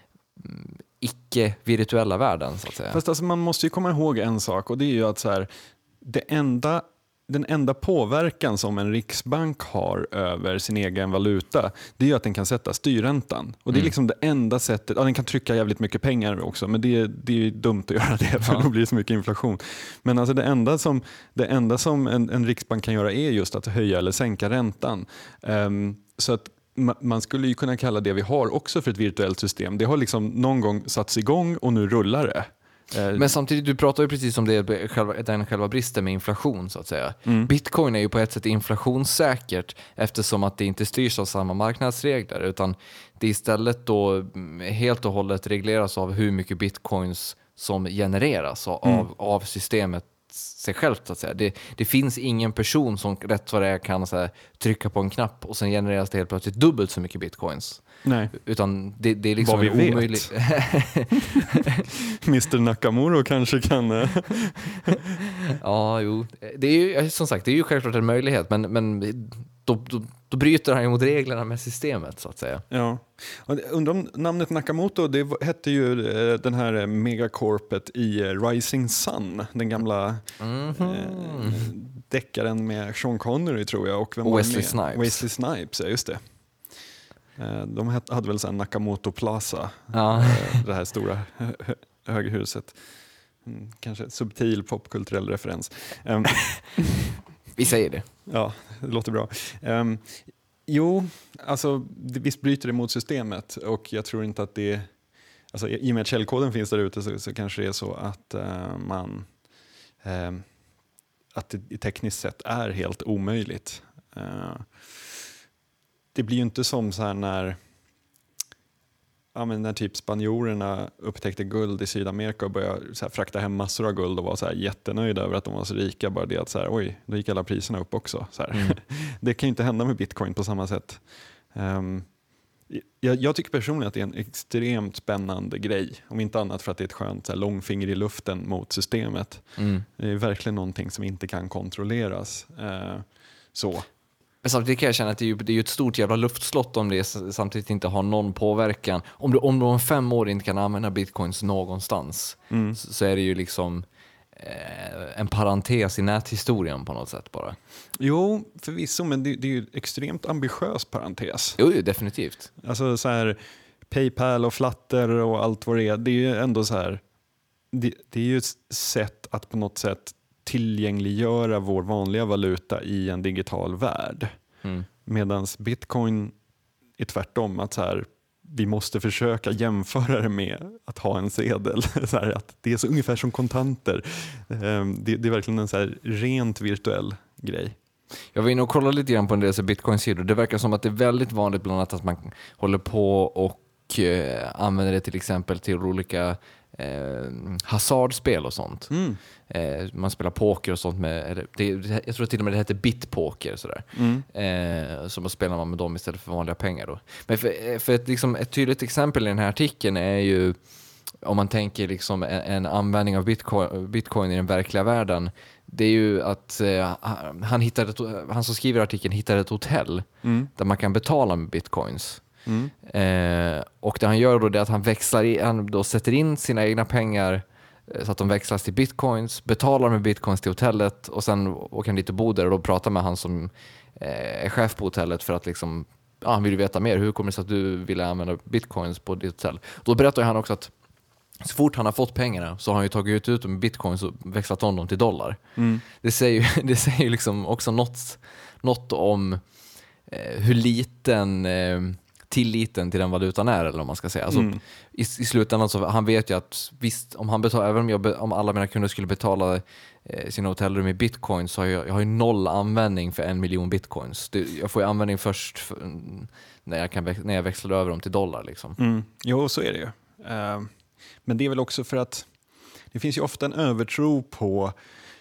icke-virtuella världen, så att säga? Fast alltså, man måste ju komma ihåg en sak, och det är ju att så här, det enda Den enda påverkan som en riksbank har över sin egen valuta, det är ju att den kan sätta styrräntan. Och det är mm. liksom det enda sättet. Ja, den kan trycka jävligt mycket pengar också, men det är, det är ju dumt att göra det, för ja. Då blir det så mycket inflation. Men alltså det enda som, det enda som en, en riksbank kan göra är just att höja eller sänka räntan. Um, så att man skulle ju kunna kalla det vi har också för ett virtuellt system. Det har liksom någon gång satts igång och nu rullar det. Men samtidigt, du pratar ju precis om det, själva, den själva bristen med inflation, så att säga. Mm. Bitcoin är ju på ett sätt inflationssäkert, eftersom att det inte styrs av samma marknadsregler, utan det istället då helt och hållet regleras av hur mycket bitcoins som genereras av, mm. av systemet sig självt, så att säga. Det, det finns ingen person som rätt vad det är kan så här, trycka på en knapp och sen genereras det helt plötsligt dubbelt så mycket bitcoins. Nej. Utan det, det är liksom vad vi en omöjlig... mister Nakamura kanske kan... ja, jo. Det är ju, som sagt, det är ju självklart en möjlighet, men, men då, då, då bryter han ju mot reglerna med systemet, så att säga. Ja. Undrar om namnet Nakamoto, det hette ju den här megacorpet i Rising Sun, den gamla mm-hmm. eh, deckaren med Sean Connery, tror jag, och vem och Wesley med? Snipes. Wesley Snipes, ja, just det. De hade väl så här Nakamoto Plaza, ja. det här stora höghuset. Mm, kanske subtil popkulturell referens. Um, Vi säger det. Ja, det låter bra. Um, jo, alltså visst bryter det mot systemet och jag tror inte att det, alltså i och med att källkoden finns där ute så, så kanske det är så att uh, man um, att det tekniskt sett är helt omöjligt. Uh, det blir ju inte som så här när Ja, men när typ spanjorerna upptäckte guld i Sydamerika och började så här frakta hem massor av guld och var så här jättenöjda över att de var så rika. Bara det att så här, oj, då gick alla priserna upp också. Så här. Mm. Det kan ju inte hända med bitcoin på samma sätt. Um, jag, jag tycker personligen att det är en extremt spännande grej. Om inte annat för att det är ett skönt så här, långfinger i luften mot systemet. Mm. Det är verkligen någonting som inte kan kontrolleras. Uh, så. Men samtidigt kan jag känna att det är ju, det är ju ett stort jävla luftslott om det samtidigt inte har någon påverkan. Om du om du om fem år inte kan använda bitcoins någonstans mm. så, så är det ju liksom eh, en parentes i näthistorien på något sätt bara. Jo, förvisso, men det, det är ju ett extremt ambitiös parentes. Jo, definitivt. Alltså så här, PayPal och Flutter och allt vad det är, det är ju ändå så här, det, det är ju ett sätt att på något sätt tillgängliggöra vår vanliga valuta i en digital värld. Mm. Medan bitcoin är tvärtom, att så här, vi måste försöka jämföra det med att ha en sedel. Så här, att det är så ungefär som kontanter. Det, det är verkligen en så här rent virtuell grej. Jag var inne och kollade lite grann på en del bitcoin-sidor. Det verkar som att det är väldigt vanligt bland annat att man håller på och eh, använder det till exempel till olika Eh, hasardspel och sånt. Mm. Eh, man spelar poker och sånt med, det, jag tror till och med det heter bitpoker sådär. Mm. Eh, så man spelar man med dem istället för vanliga pengar då. Men för, för ett, liksom, ett tydligt exempel i den här artikeln är ju om man tänker liksom en, en användning av bitcoin, bitcoin i den verkliga världen. Det är ju att eh, han, hittade ett, han som skriver artikeln hittade ett hotell mm. där man kan betala med bitcoins. Mm. Eh, och det han gör då är att han växlar i, han då sätter in sina egna pengar eh, så att de växlas till bitcoins, betalar med bitcoins till hotellet och sen åker han dit och bor där och då pratar med han som eh, är chef på hotellet för att liksom, ja, han vill veta mer, hur kommer det sig att du vill använda bitcoins på ditt hotell? Då berättar han också att så fort han har fått pengarna så har han ju tagit ut dem med bitcoins och växlat om dem till dollar. Mm. Det säger, det säger liksom också något, något om eh, hur liten eh, tilliten till den valutan är, eller om man ska säga. Alltså, mm. i, i slutändan så han vet ju att visst, om han betalar, även om, jag, om alla mina kunder skulle betala eh, sina hotellrum i bitcoins så har jag, jag har ju noll användning för en miljon bitcoins. Det, jag får ju användning först för, när, jag kan, när jag växlar över dem till dollar. Liksom. Mm. Jo, så är det ju. Uh, men det är väl också för att det finns ju ofta en övertro på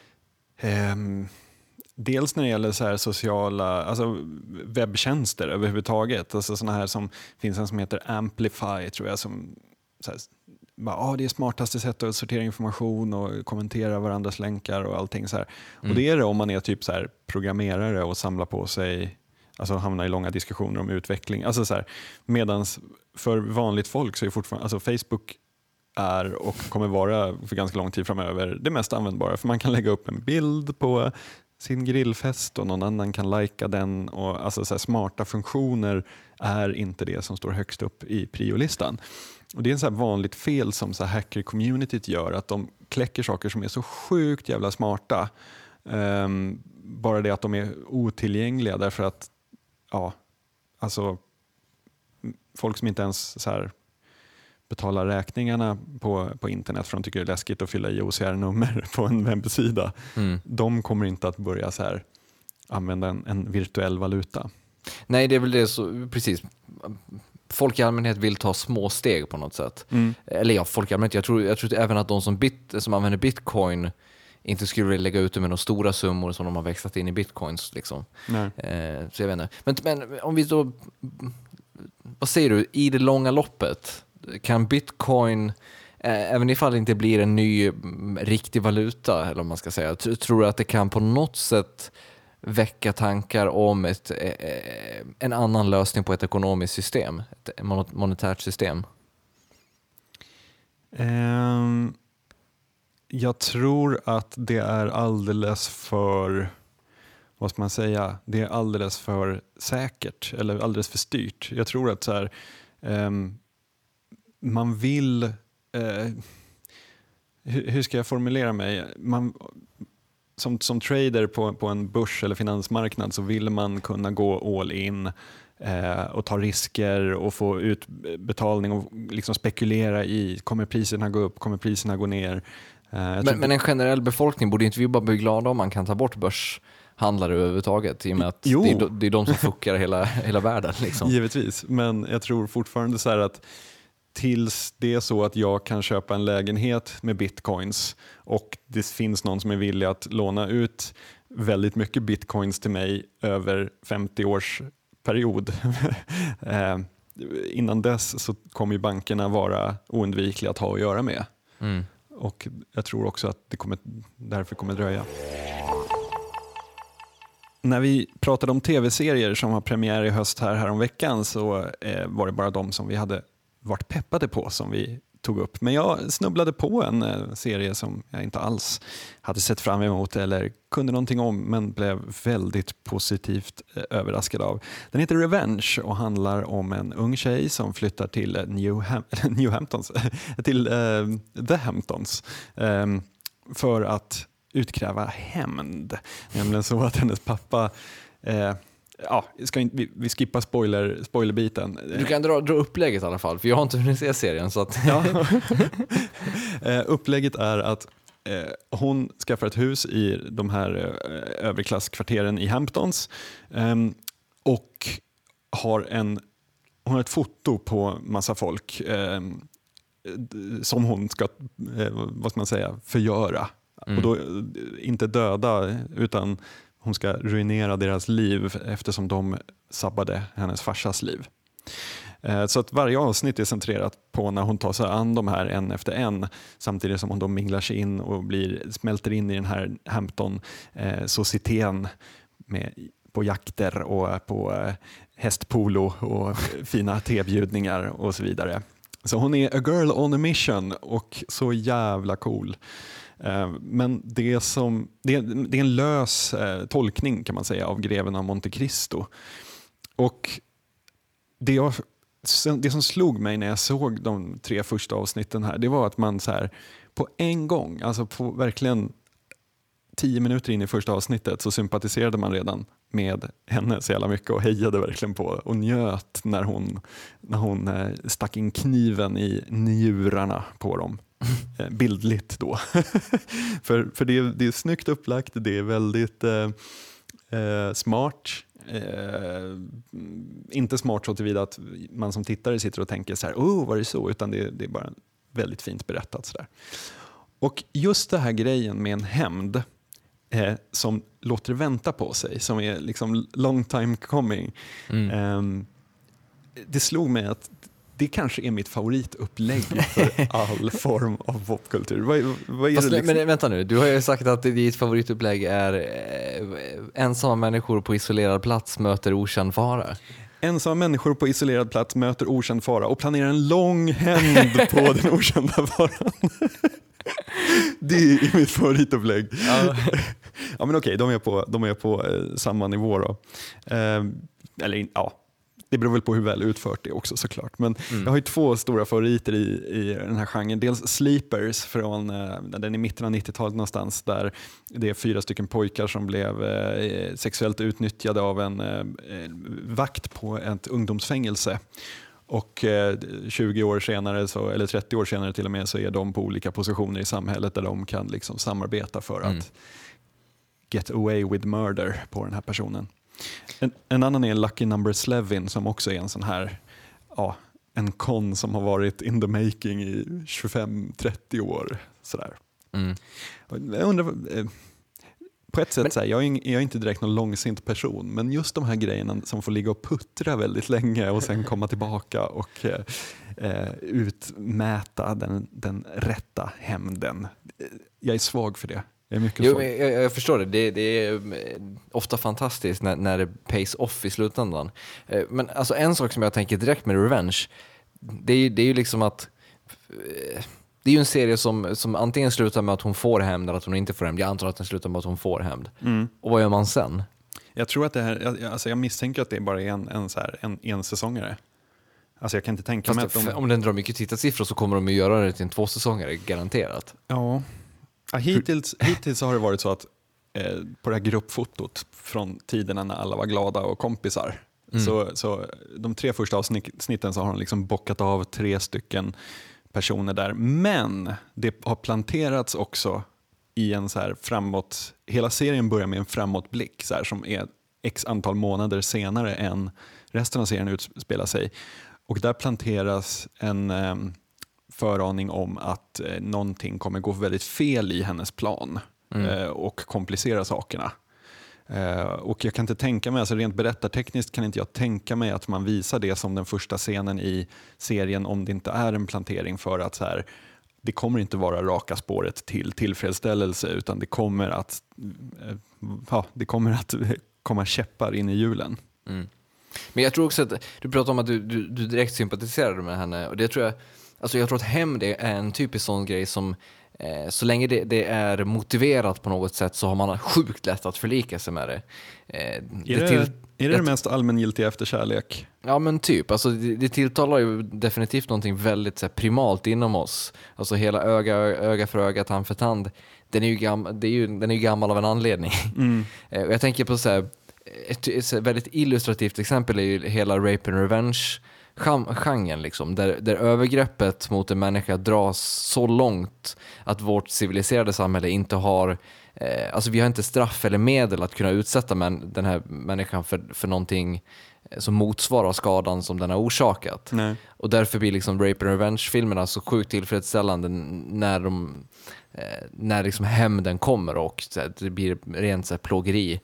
um, dels när det gäller så här sociala, alltså webbtjänster överhuvudtaget. Alltså såna här som finns en som heter Amplify, tror jag, som så här, bara, ah, det är smartaste sättet att sortera information och kommentera varandras länkar och allting så här. Mm. Och det är det om man är typ så här programmerare och samlar på sig, alltså hamnar i långa diskussioner om utveckling. Alltså så här, medans för vanligt folk så är fortfarande, alltså Facebook är och kommer vara för ganska lång tid framöver det mest användbara, för man kan lägga upp en bild på sin grillfest och någon annan kan lajka den. Och alltså så här, smarta funktioner är inte det som står högst upp i priolistan. Och det är en så här vanligt fel som så här hacker-communityt gör, att de kläcker saker som är så sjukt jävla smarta. Um, bara det att de är otillgängliga därför att ja, alltså folk som inte ens så här betalar räkningarna på, på internet för de tycker det är läskigt att fylla i O C R-nummer på en webbsida. Mm. De kommer inte att börja så här använda en, en virtuell valuta. Nej, det är väl det, så precis. Folk i allmänhet vill ta små steg på något sätt. Mm. Eller ja, folk i allmänhet. Jag tror, jag tror även att de som, bit, som använder bitcoin inte skulle vilja lägga ut det med några stora summor som de har växlat in i bitcoins. Liksom. Nej. Eh, så jag vet inte. Men, men om vi då... Vad säger du? I det långa loppet kan bitcoin, eh, även ifall det inte blir en ny m, riktig valuta, eller om man ska säga, t- tror du att det kan på något sätt väcka tankar om ett, eh, en annan lösning på ett ekonomiskt system, ett monetärt system? Um, jag tror att det är alldeles för, vad ska man säga, det är alldeles för säkert eller alldeles för styrt. Jag tror att så här, um, man vill eh, hur, hur ska jag formulera mig? Man, som, som trader på, på en börs eller finansmarknad så vill man kunna gå all in eh, och ta risker och få utbetalning och liksom spekulera i, kommer priserna gå upp, kommer priserna gå ner? Eh, men, men en generell befolkning, borde inte vi bara bli glada om man kan ta bort börshandlare överhuvudtaget, i och med att jo. det är, det är de som fuckar hela, hela världen. Liksom. Givetvis, men jag tror fortfarande så här att tills det är så att jag kan köpa en lägenhet med bitcoins och det finns någon som är villig att låna ut väldigt mycket bitcoins till mig över femtio års period. eh, innan dess så kommer ju bankerna vara oundvikliga att ha att göra med. Mm. Och jag tror också att det kommer, därför kommer dröja. När vi pratade om tv-serier som har premiär i höst här, här om veckan så eh, var det bara de som vi hade varit peppade på som vi tog upp. Men jag snubblade på en eh, serie som jag inte alls hade sett fram emot eller kunde någonting om, men blev väldigt positivt eh, överraskad av. Den heter Revenge och handlar om en ung tjej som flyttar till eh, New, Ham- New Hamptons, till eh, The Hamptons eh, för att utkräva hämnd. Nämligen så att hennes pappa eh, ja, ska inte, vi, vi skippar spoiler, spoilerbiten. Du kan dra, dra upplägget i alla fall, för jag har inte hunnit se serien. Så att ja. eh, upplägget är att eh, hon skaffar ett hus i de här eh, överklasskvarteren i Hamptons eh, och har, en, hon har ett foto på massa folk eh, som hon ska eh, vad ska man säga, förgöra. Mm. Och då inte döda, utan hon ska ruinera deras liv eftersom de sabbade hennes farsas liv. Så att varje avsnitt är centrerat på när hon tar sig an de här en efter en, samtidigt som hon då minglar sig in och blir, smälter in i den här Hampton-societeten med på jakter och på hästpolo och fina tebjudningar och så vidare. Så hon är a girl on a mission och så jävla cool. Men det, som, det, det är en lös eh, tolkning kan man säga av Greven av Monte Cristo. Och det, jag, det som slog mig när jag såg de tre första avsnitten här, det var att man så här, på en gång, alltså på verkligen tio minuter in i första avsnittet så sympatiserade man redan med henne så jävla mycket och hejade verkligen på och njöt när hon, när hon eh, stack in kniven i njurarna på dem. Eh, bildligt då. för för det, är, det är snyggt upplagt, det är väldigt eh, eh, smart. Eh, inte smart så tillvida att man som tittare sitter och tänker så här, oh, var det så? Utan det, det är bara väldigt fint berättat. Så där. Och just det här grejen med en hämnd eh, som låter vänta på sig, som är liksom long time coming. Mm. Eh, det slog mig att det kanske är mitt favoritupplägg för all form av popkultur. Vad, vad är Fast, det liksom? Men vänta nu, du har ju sagt att ditt favoritupplägg är eh, ensamma människor på isolerad plats möter okänd fara. Ensamma människor på isolerad plats möter okänd fara och planerar en lång hämnd på den okända faran. Det är mitt favoritupplägg. Ja. Ja, men okej, de är på, de är på eh, samma nivå då. Eh, eller ja. Det beror väl på hur väl utfört det är också såklart. Men mm. jag har ju två stora favoriter i, i den här genren. Dels Sleepers från eh, den i mitten av nittiotalet någonstans, där det är fyra stycken pojkar som blev eh, sexuellt utnyttjade av en eh, vakt på ett ungdomsfängelse. Och eh, tjugo år senare, så, eller trettio år senare till och med, så är de på olika positioner i samhället där de kan liksom samarbeta för mm. att get away with murder på den här personen. En, en annan är Lucky Number Slevin som också är en sån här ja, en kon som har varit in the making i tjugofem trettio år. Sådär. Mm. Jag undrar, på ett sätt, men, så här, jag, är, jag är inte direkt någon långsint person, men just de här grejerna som får ligga och puttra väldigt länge och sen komma tillbaka och eh, utmäta den, den rätta hämnden. Jag är svag för det. Jo, jag, jag förstår det. det. Det är ofta fantastiskt när, när det pays off i slutändan. Men alltså en sak som jag tänker direkt med Revenge, det är, det är ju liksom att det är ju en serie som, som antingen slutar med att hon får hämnd eller att hon inte får hämnd. Jag antar att den slutar med att hon får hämnd. Mm. Och vad gör man sen? Jag tror att det här, alltså jag misstänker att det är bara en, en, så här, en, en säsongare. Alltså jag kan inte tänka mig att de... Om den drar mycket tittarsiffror så kommer de att göra det till en tvåsäsongare, garanterat. Ja, ja hittills, hittills har det varit så att eh, på det här gruppfotot från tiderna när alla var glada och kompisar, mm. så, så de tre första avsnitten så har de liksom bockat av tre stycken personer där. Men det har planterats också i en så här framåt, hela serien börjar med en framåtblick så här, som är x antal månader senare än resten av serien utspelar sig. Och där planteras en eh, föraning om att eh, någonting kommer gå väldigt fel i hennes plan mm. eh, och komplicera sakerna. Eh, och jag kan inte tänka mig, alltså rent berättartekniskt kan inte jag tänka mig att man visar det som den första scenen i serien om det inte är en plantering för att så här, det kommer inte vara raka spåret till tillfredsställelse utan det kommer att, eh, ja, det kommer att komma käppar in i hjulen. Mm. Men jag tror också att du pratar om att du, du, du direkt sympatiserade med henne och det tror jag, alltså jag tror att hämnd är en typisk sån grej som eh, så länge det, det är motiverat på något sätt så har man sjukt lätt att förlika sig med det. Eh, är det, det, till, är det, det mest allmängiltiga efter kärlek? Ja men typ, alltså det, det tilltalar ju definitivt någonting väldigt så här, primalt inom oss. Alltså hela öga, öga för öga, tand för tand, den är ju, gam, det är ju, den är ju gammal av en anledning. Mm. eh, och jag tänker på så här, Ett, ett väldigt illustrativt exempel är ju hela rape and revenge-genren liksom, där, där övergreppet mot en människa dras så långt att vårt civiliserade samhälle inte har eh, alltså vi har inte straff eller medel att kunna utsätta män, den här människan för, för någonting som motsvarar skadan som den har orsakat. Nej. Och därför blir liksom rape and revenge-filmerna så sjukt tillfredsställande när de eh, när liksom hämnden kommer och så här, det blir rent så här, plågeri.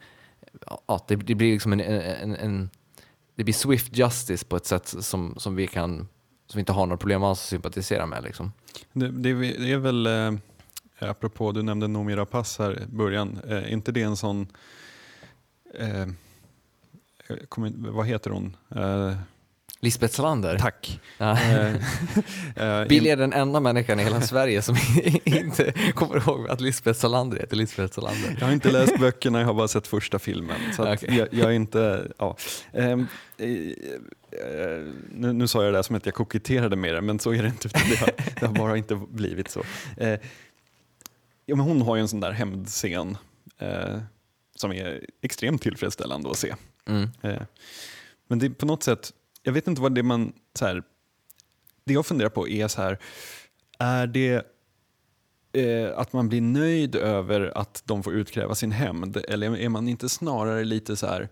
Ja, det, det blir liksom en, en, en det blir swift justice på ett sätt som, som vi kan som vi inte har några problem alls att sympatisera med liksom. Det, det, det är väl eh, apropå du nämnde Noomi Rapace här i början, eh, inte det en sån eh, kommer, vad heter hon? Eh, Lisbeth Salander. Tack. Ja. Billy är den enda människan i hela Sverige som inte kommer ihåg att Lisbeth Salander heter Lisbeth Salander. Jag har inte läst böckerna, jag har bara sett första filmen. Så att okay. jag, jag är inte... Ja. Um, nu, nu sa jag det där som att jag koketterade med det, men så är det inte. Det har, det har bara inte blivit så. Uh, ja, men hon har ju en sån där hämndscen uh, som är extremt tillfredsställande att se. Mm. Uh, men det är på något sätt... Jag vet inte vad det man så här, det jag funderar på är så här, är det eh, att man blir nöjd över att de får utkräva sin hämnd, eller är man inte snarare lite så här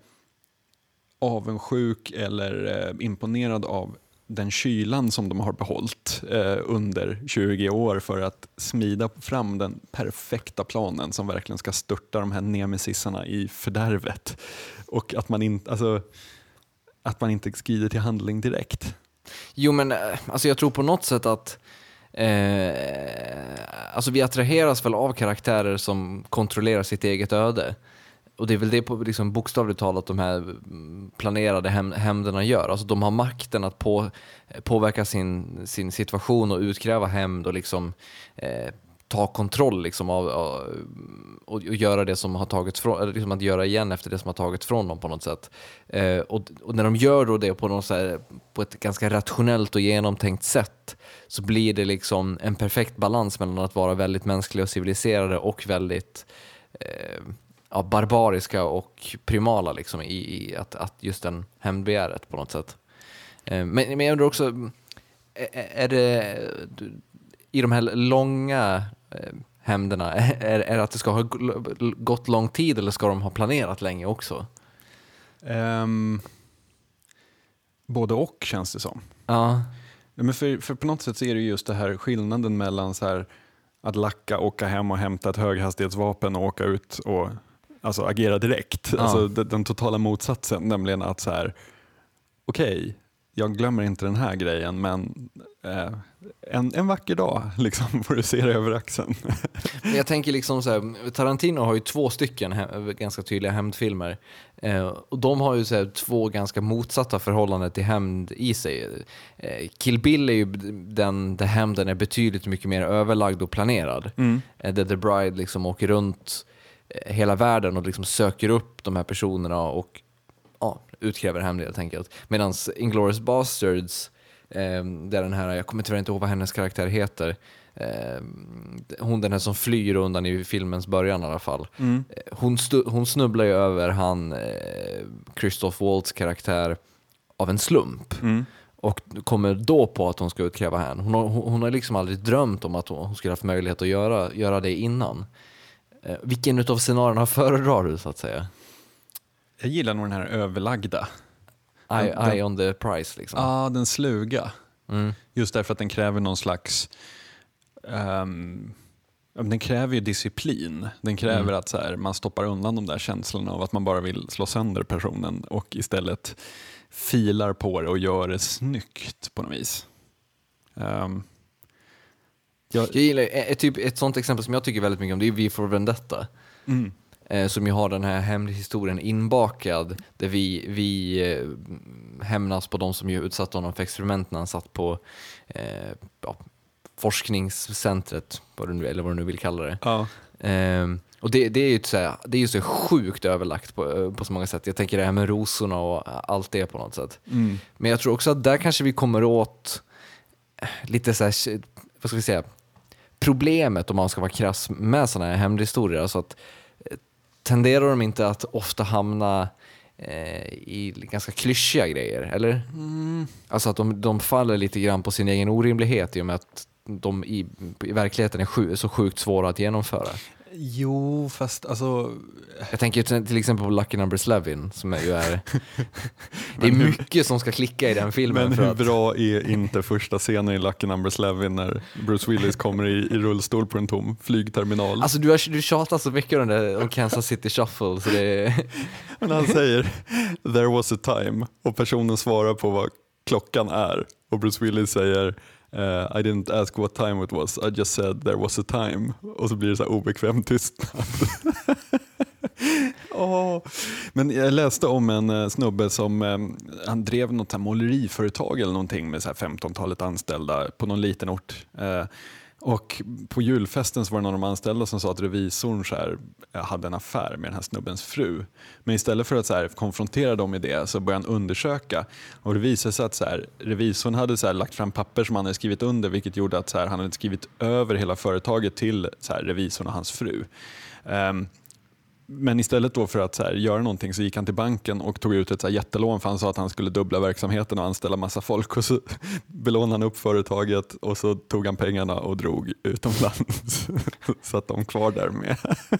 avundsjuk eller eh, imponerad av den kylan som de har behållit eh, under tjugo år för att smida fram den perfekta planen som verkligen ska störta de här nemesisarna i fördärvet, och att man inte alltså att man inte skrider till handling direkt. Jo, men alltså jag tror på något sätt att eh, alltså vi attraheras väl av karaktärer som kontrollerar sitt eget öde. Och det är väl det på, liksom, bokstavligt talat de här planerade häm- hämnderna gör. Alltså de har makten att på, påverka sin, sin situation och utkräva hämnd och liksom eh, ta kontroll liksom av, av och, och göra det som har tagits från, eller liksom att göra igen efter det som har tagits från dem på något sätt. Eh, och, och när de gör då det på något så här, på ett ganska rationellt och genomtänkt sätt, så blir det liksom en perfekt balans mellan att vara väldigt mänskliga och civiliserade och väldigt eh, ja, barbariska och primala liksom i, i att, att just den hämndbegäret på något sätt. Eh, men, men jag undrar också, är, är det i de här långa eh, hämnderna, är, är det att det ska ha gått lång tid eller ska de ha planerat länge också? Um, både och känns det som. Ja. Men för, för på något sätt så är det just det här skillnaden mellan så här, att lacka, åka hem och hämta ett höghastighetsvapen och åka ut och alltså, agera direkt. Ja. Alltså den, den totala motsatsen, nämligen att så här, okej, okay, jag glömmer inte den här grejen, men eh, en, en vacker dag liksom, får du se det över axeln. Jag tänker liksom så här, Tarantino har ju två stycken he- ganska tydliga hämndfilmer. Eh, och de har ju så här, två ganska motsatta förhållanden till hämnd i sig. Eh, Kill Bill är ju den där hämnden är betydligt mycket mer överlagd och planerad. Mm. Eh, där The Bride liksom åker runt eh, hela världen och liksom söker upp de här personerna och ja, utkräver hämnd helt enkelt. Medan Inglourious Basterds Eh, där den här, jag kommer tyvärr inte ihåg vad hennes karaktär heter. Eh, hon den här som flyr undan i filmens början i alla fall. Mm. Hon, stu- hon snubblar ju över han eh, Christoph Waltz karaktär av en slump. Mm. Och kommer då på att hon ska utkräva henne. Hon har, hon har liksom aldrig drömt om att hon skulle haft möjlighet att göra, göra det innan. Eh, vilken utav scenarierna föredrar du så att säga? Jag gillar nog den här överlagda. Eye, Den- eye on the prize liksom. Ja, ah, den sluga. Mm. Just därför att den kräver någon slags... Um, den kräver ju disciplin. Den kräver Mm. att så här, man stoppar undan de där känslorna av att man bara vill slå sönder personen och istället filar på det och gör det snyggt på något vis. Um, jag, Jag gillar ett, typ, ett sånt exempel som jag tycker väldigt mycket om, det är V for Vendetta. mm, Eh, som ju har den här hemliga historien inbakad, där vi, vi eh, hämnas på de som ju utsatte honom för experiment när han satt på eh, ja, forskningscentret, vad du nu, eller vad du nu vill kalla det. ja, Eh, och det, det är ju så här, det är ju så sjukt överlagt på, på så många sätt. Jag tänker det här med rosorna och allt det på något sätt. mm, Men jag tror också att där kanske vi kommer åt lite så här, vad ska vi säga, problemet om man ska vara krass med sådana här hemlighistorier. Alltså att eh, tenderar de inte att ofta hamna eh, i ganska klyschiga grejer, eller? mm. Alltså att de, de faller lite grann på sin egen orimlighet i och med att de i, i verkligheten är sju, så sjukt svåra att genomföra. Jo, fast alltså... Jag tänker till, till exempel på Lucky Number eleven som är, ju är det är mycket som ska klicka i den filmen. Men för hur att, bra är inte första scenen i Lucky Number eleven när Bruce Willis kommer i, i rullstol på en tom flygterminal? Alltså du har du tjatat så mycket om, det, om Kansas City Shuffle så det är... Men han säger "There was a time" och personen svarar på vad klockan är och Bruce Willis säger uh, "I didn't ask what time it was, I just said there was a time" och så blir det så här obekväm tystnad. Oh. Men jag läste om en uh, snubbe som uh, han drev något här måleriföretag eller någonting med så här femtontalet anställda på någon liten ort. Uh, och på julfesten så var det någon av de anställda som sa att revisorn så här, hade en affär med den här snubbens fru. Men istället för att så här, konfrontera dem med det så började han undersöka. Och det visade sig att så här, revisorn hade så här, lagt fram papper som han hade skrivit under, vilket gjorde att så här, han hade skrivit över hela företaget till så här, revisorn och hans fru. Um, Men istället då för att så här, göra någonting så gick han till banken och tog ut ett så här, jättelån för han sa att han skulle dubbla verksamheten och anställa massa folk och så belånade han upp företaget och så tog han pengarna och drog utomlands. Så att de kvar där med,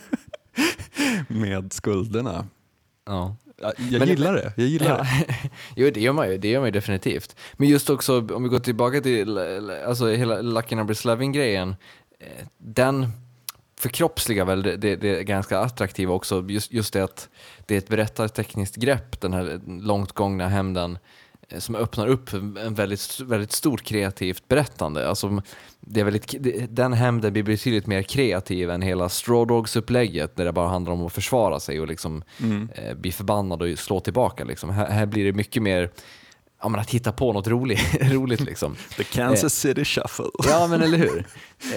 med skulderna. Ja. Jag Men- gillar det. Jag gillar Ja. det. Jo, det gör man ju, det gör man ju definitivt. Men just också, om vi går tillbaka till alltså, hela Lucky Number eleven-grejen, eh, den förkroppsligar väl det, det, det är ganska attraktiva också, just, just det att det är ett berättartekniskt grepp, den här långt gångna hämnden, eh, som öppnar upp en väldigt, väldigt stort kreativt berättande. Alltså, det är väldigt, det, den hämnden blir betydligt mer kreativ än hela Straw Dogs-upplägget där det bara handlar om att försvara sig och liksom, Mm. eh, bli förbannad och slå tillbaka. Liksom. Här, här blir det mycket mer ja, men att hitta på något roligt, roligt liksom. The Kansas City Shuffle. Ja, men eller hur?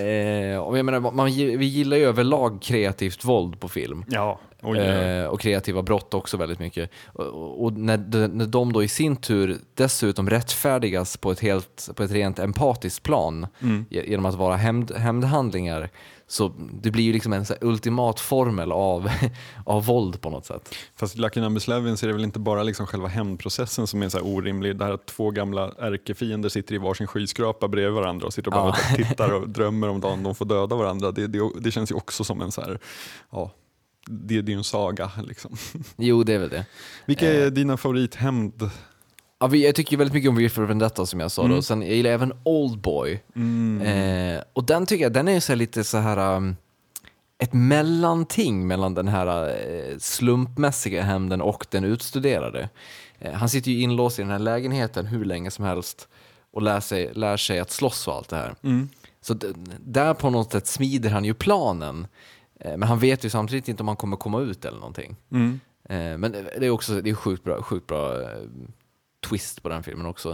Eh, och jag menar, man, vi gillar ju överlag kreativt våld på film. Ja. Oj, oj, oj. Eh, och kreativa brott också väldigt mycket. Och, och när, de, när de då i sin tur dessutom rättfärdigas på ett, helt, på ett rent empatiskt plan Mm. genom att vara hämnd, hämndhandlingar, så det blir ju liksom en så här ultimat formel av, av våld på något sätt. Fast i Lucky Number eleven så är det väl inte bara liksom själva hämndprocessen som är så här orimlig. Det här att två gamla ärkefiender sitter i varsin skyskrapa bredvid varandra och sitter och bara Ja. tittar och drömmer om dagen de får döda varandra. Det, det, det känns ju också som en så här, ja, det, det är ju en saga liksom. Jo, det är väl det. Vilka är dina favorithämnd? Ja, vi- jag tycker väldigt mycket om V for Vendetta som jag sa Mm. då. Sen jag gillar även Oldboy. Mm. Eh, och den tycker jag, den är så här lite så här um, ett mellanting mellan den här eh, slumpmässiga hämnden och den utstuderade. Eh, han sitter ju inlåst i den här lägenheten hur länge som helst och lär sig, lär sig att slåss och allt det här. Mm. Så d- där på något sätt smider han ju planen. Eh, men han vet ju samtidigt inte om han kommer komma ut eller någonting. Mm. Eh, men det är också det är sjukt bra, sjukt bra eh, twist på den filmen också.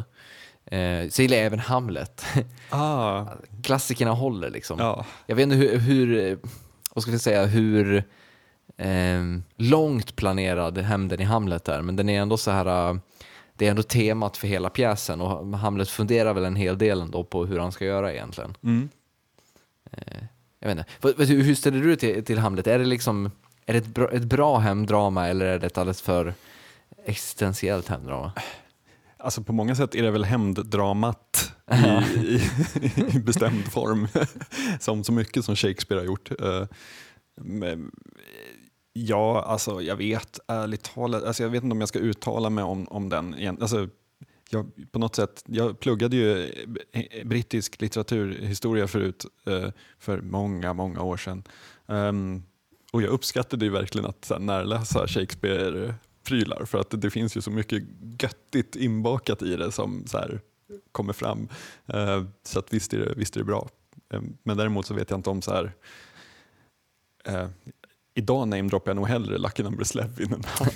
Eh, så gillar jag även Hamlet. Ah, Klassikerna håller liksom. ja. Jag vet inte hur, hur vad ska vi säga, hur eh, långt planerad hämnden i Hamlet är, men den är ändå så här, det är ändå temat för hela pjäsen, och Hamlet funderar väl en hel del ändå på hur han ska göra egentligen. Mm. Eh, jag vet inte. Hur, hur ställer du till, till Hamlet? Är det liksom är det ett bra, ett bra hemdrama, eller är det ett alldeles för existentiellt hemdrama? Alltså på många sätt är det väl hämnddramat i, i, i bestämd form, som så mycket som Shakespeare har gjort. Uh, men, ja, alltså jag vet ärligt talat, alltså jag vet inte om jag ska uttala mig om, om den igen. Alltså, jag, på något sätt, jag pluggade ju brittisk litteraturhistoria förut, uh, för många, många år sedan. Um, och jag uppskattade ju verkligen att så här, närläsa Shakespeare prylar, för att det finns ju så mycket göttigt inbakat i det som så här kommer fram. Uh, så att visst är det, visst är det bra. Uh, men däremot så vet jag inte om så här. Uh, idag namedroppar jag nog hellre Lucky Number Slevin än han.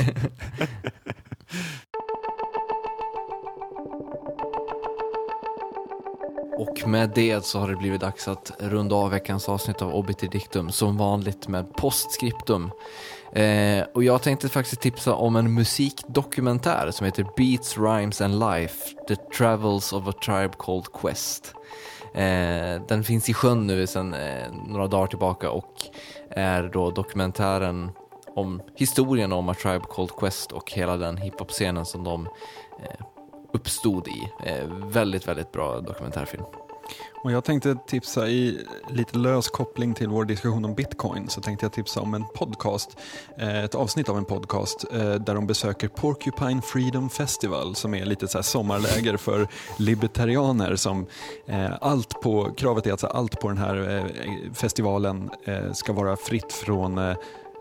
Och med det så har det blivit dags att runda av veckans avsnitt av Obiter Dictum, som vanligt med postscriptum. Eh, och jag tänkte faktiskt tipsa om en musikdokumentär som heter Beats, Rhymes and Life, The Travels of a Tribe Called Quest. Eh, den finns i sjön nu sedan eh, några dagar tillbaka, och är då dokumentären om historien om A Tribe Called Quest och hela den hiphop-scenen som de eh, uppstod i. Eh, väldigt, väldigt bra dokumentärfilm. Och jag tänkte tipsa i lite lös koppling till vår diskussion om Bitcoin, så tänkte jag tipsa om en podcast, ett avsnitt av en podcast där de besöker Porcupine Freedom Festival, som är lite så här sommarläger för libertarianer som allt på, kravet är att allt på den här festivalen ska vara fritt från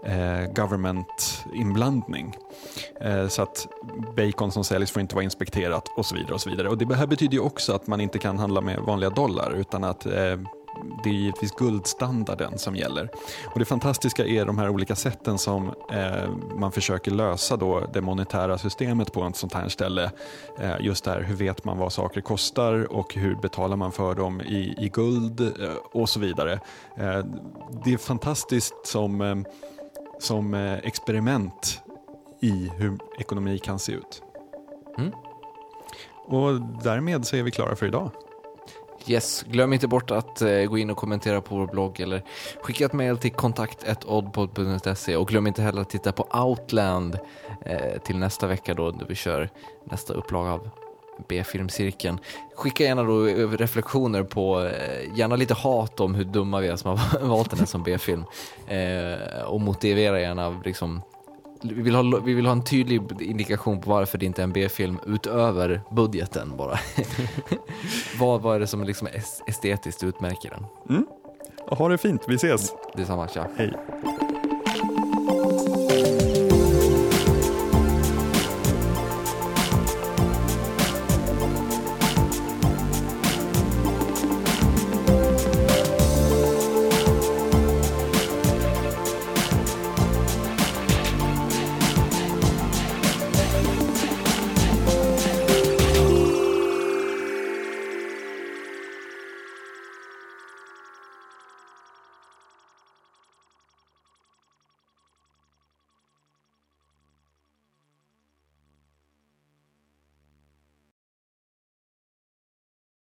government-inblandning. Så att bacon som säljs får inte vara inspekterat och så vidare och så vidare. Och det här betyder ju också att man inte kan handla med vanliga dollar, utan att eh, det är givetvis guldstandarden som gäller. Och det fantastiska är de här olika sätten som eh, man försöker lösa då det monetära systemet på ett sånt här ställe. Eh, just där, hur vet man vad saker kostar och hur betalar man för dem i, i guld eh, och så vidare. Eh, det är fantastiskt som, eh, som eh, experiment i hur ekonomi kan se ut. Mm. Och därmed så är vi klara för idag. Yes, glöm inte bort att eh, gå in och kommentera på vår blogg, eller skicka ett mejl till kontakt at oddpod punkt se, och glöm inte heller att titta på Outland eh, till nästa vecka då vi kör nästa upplaga av B-filmcirkeln. Skicka gärna då reflektioner på, eh, gärna lite hat om hur dumma vi är som har valt den här som B-film, eh, och motivera gärna liksom. Vi vill, ha, vi vill ha en tydlig indikation på varför det inte är en B-film utöver budgeten bara. vad, vad är det som liksom estetiskt utmärker den? Mm. Ha det fint, vi ses. Det är samma, tja. Hej.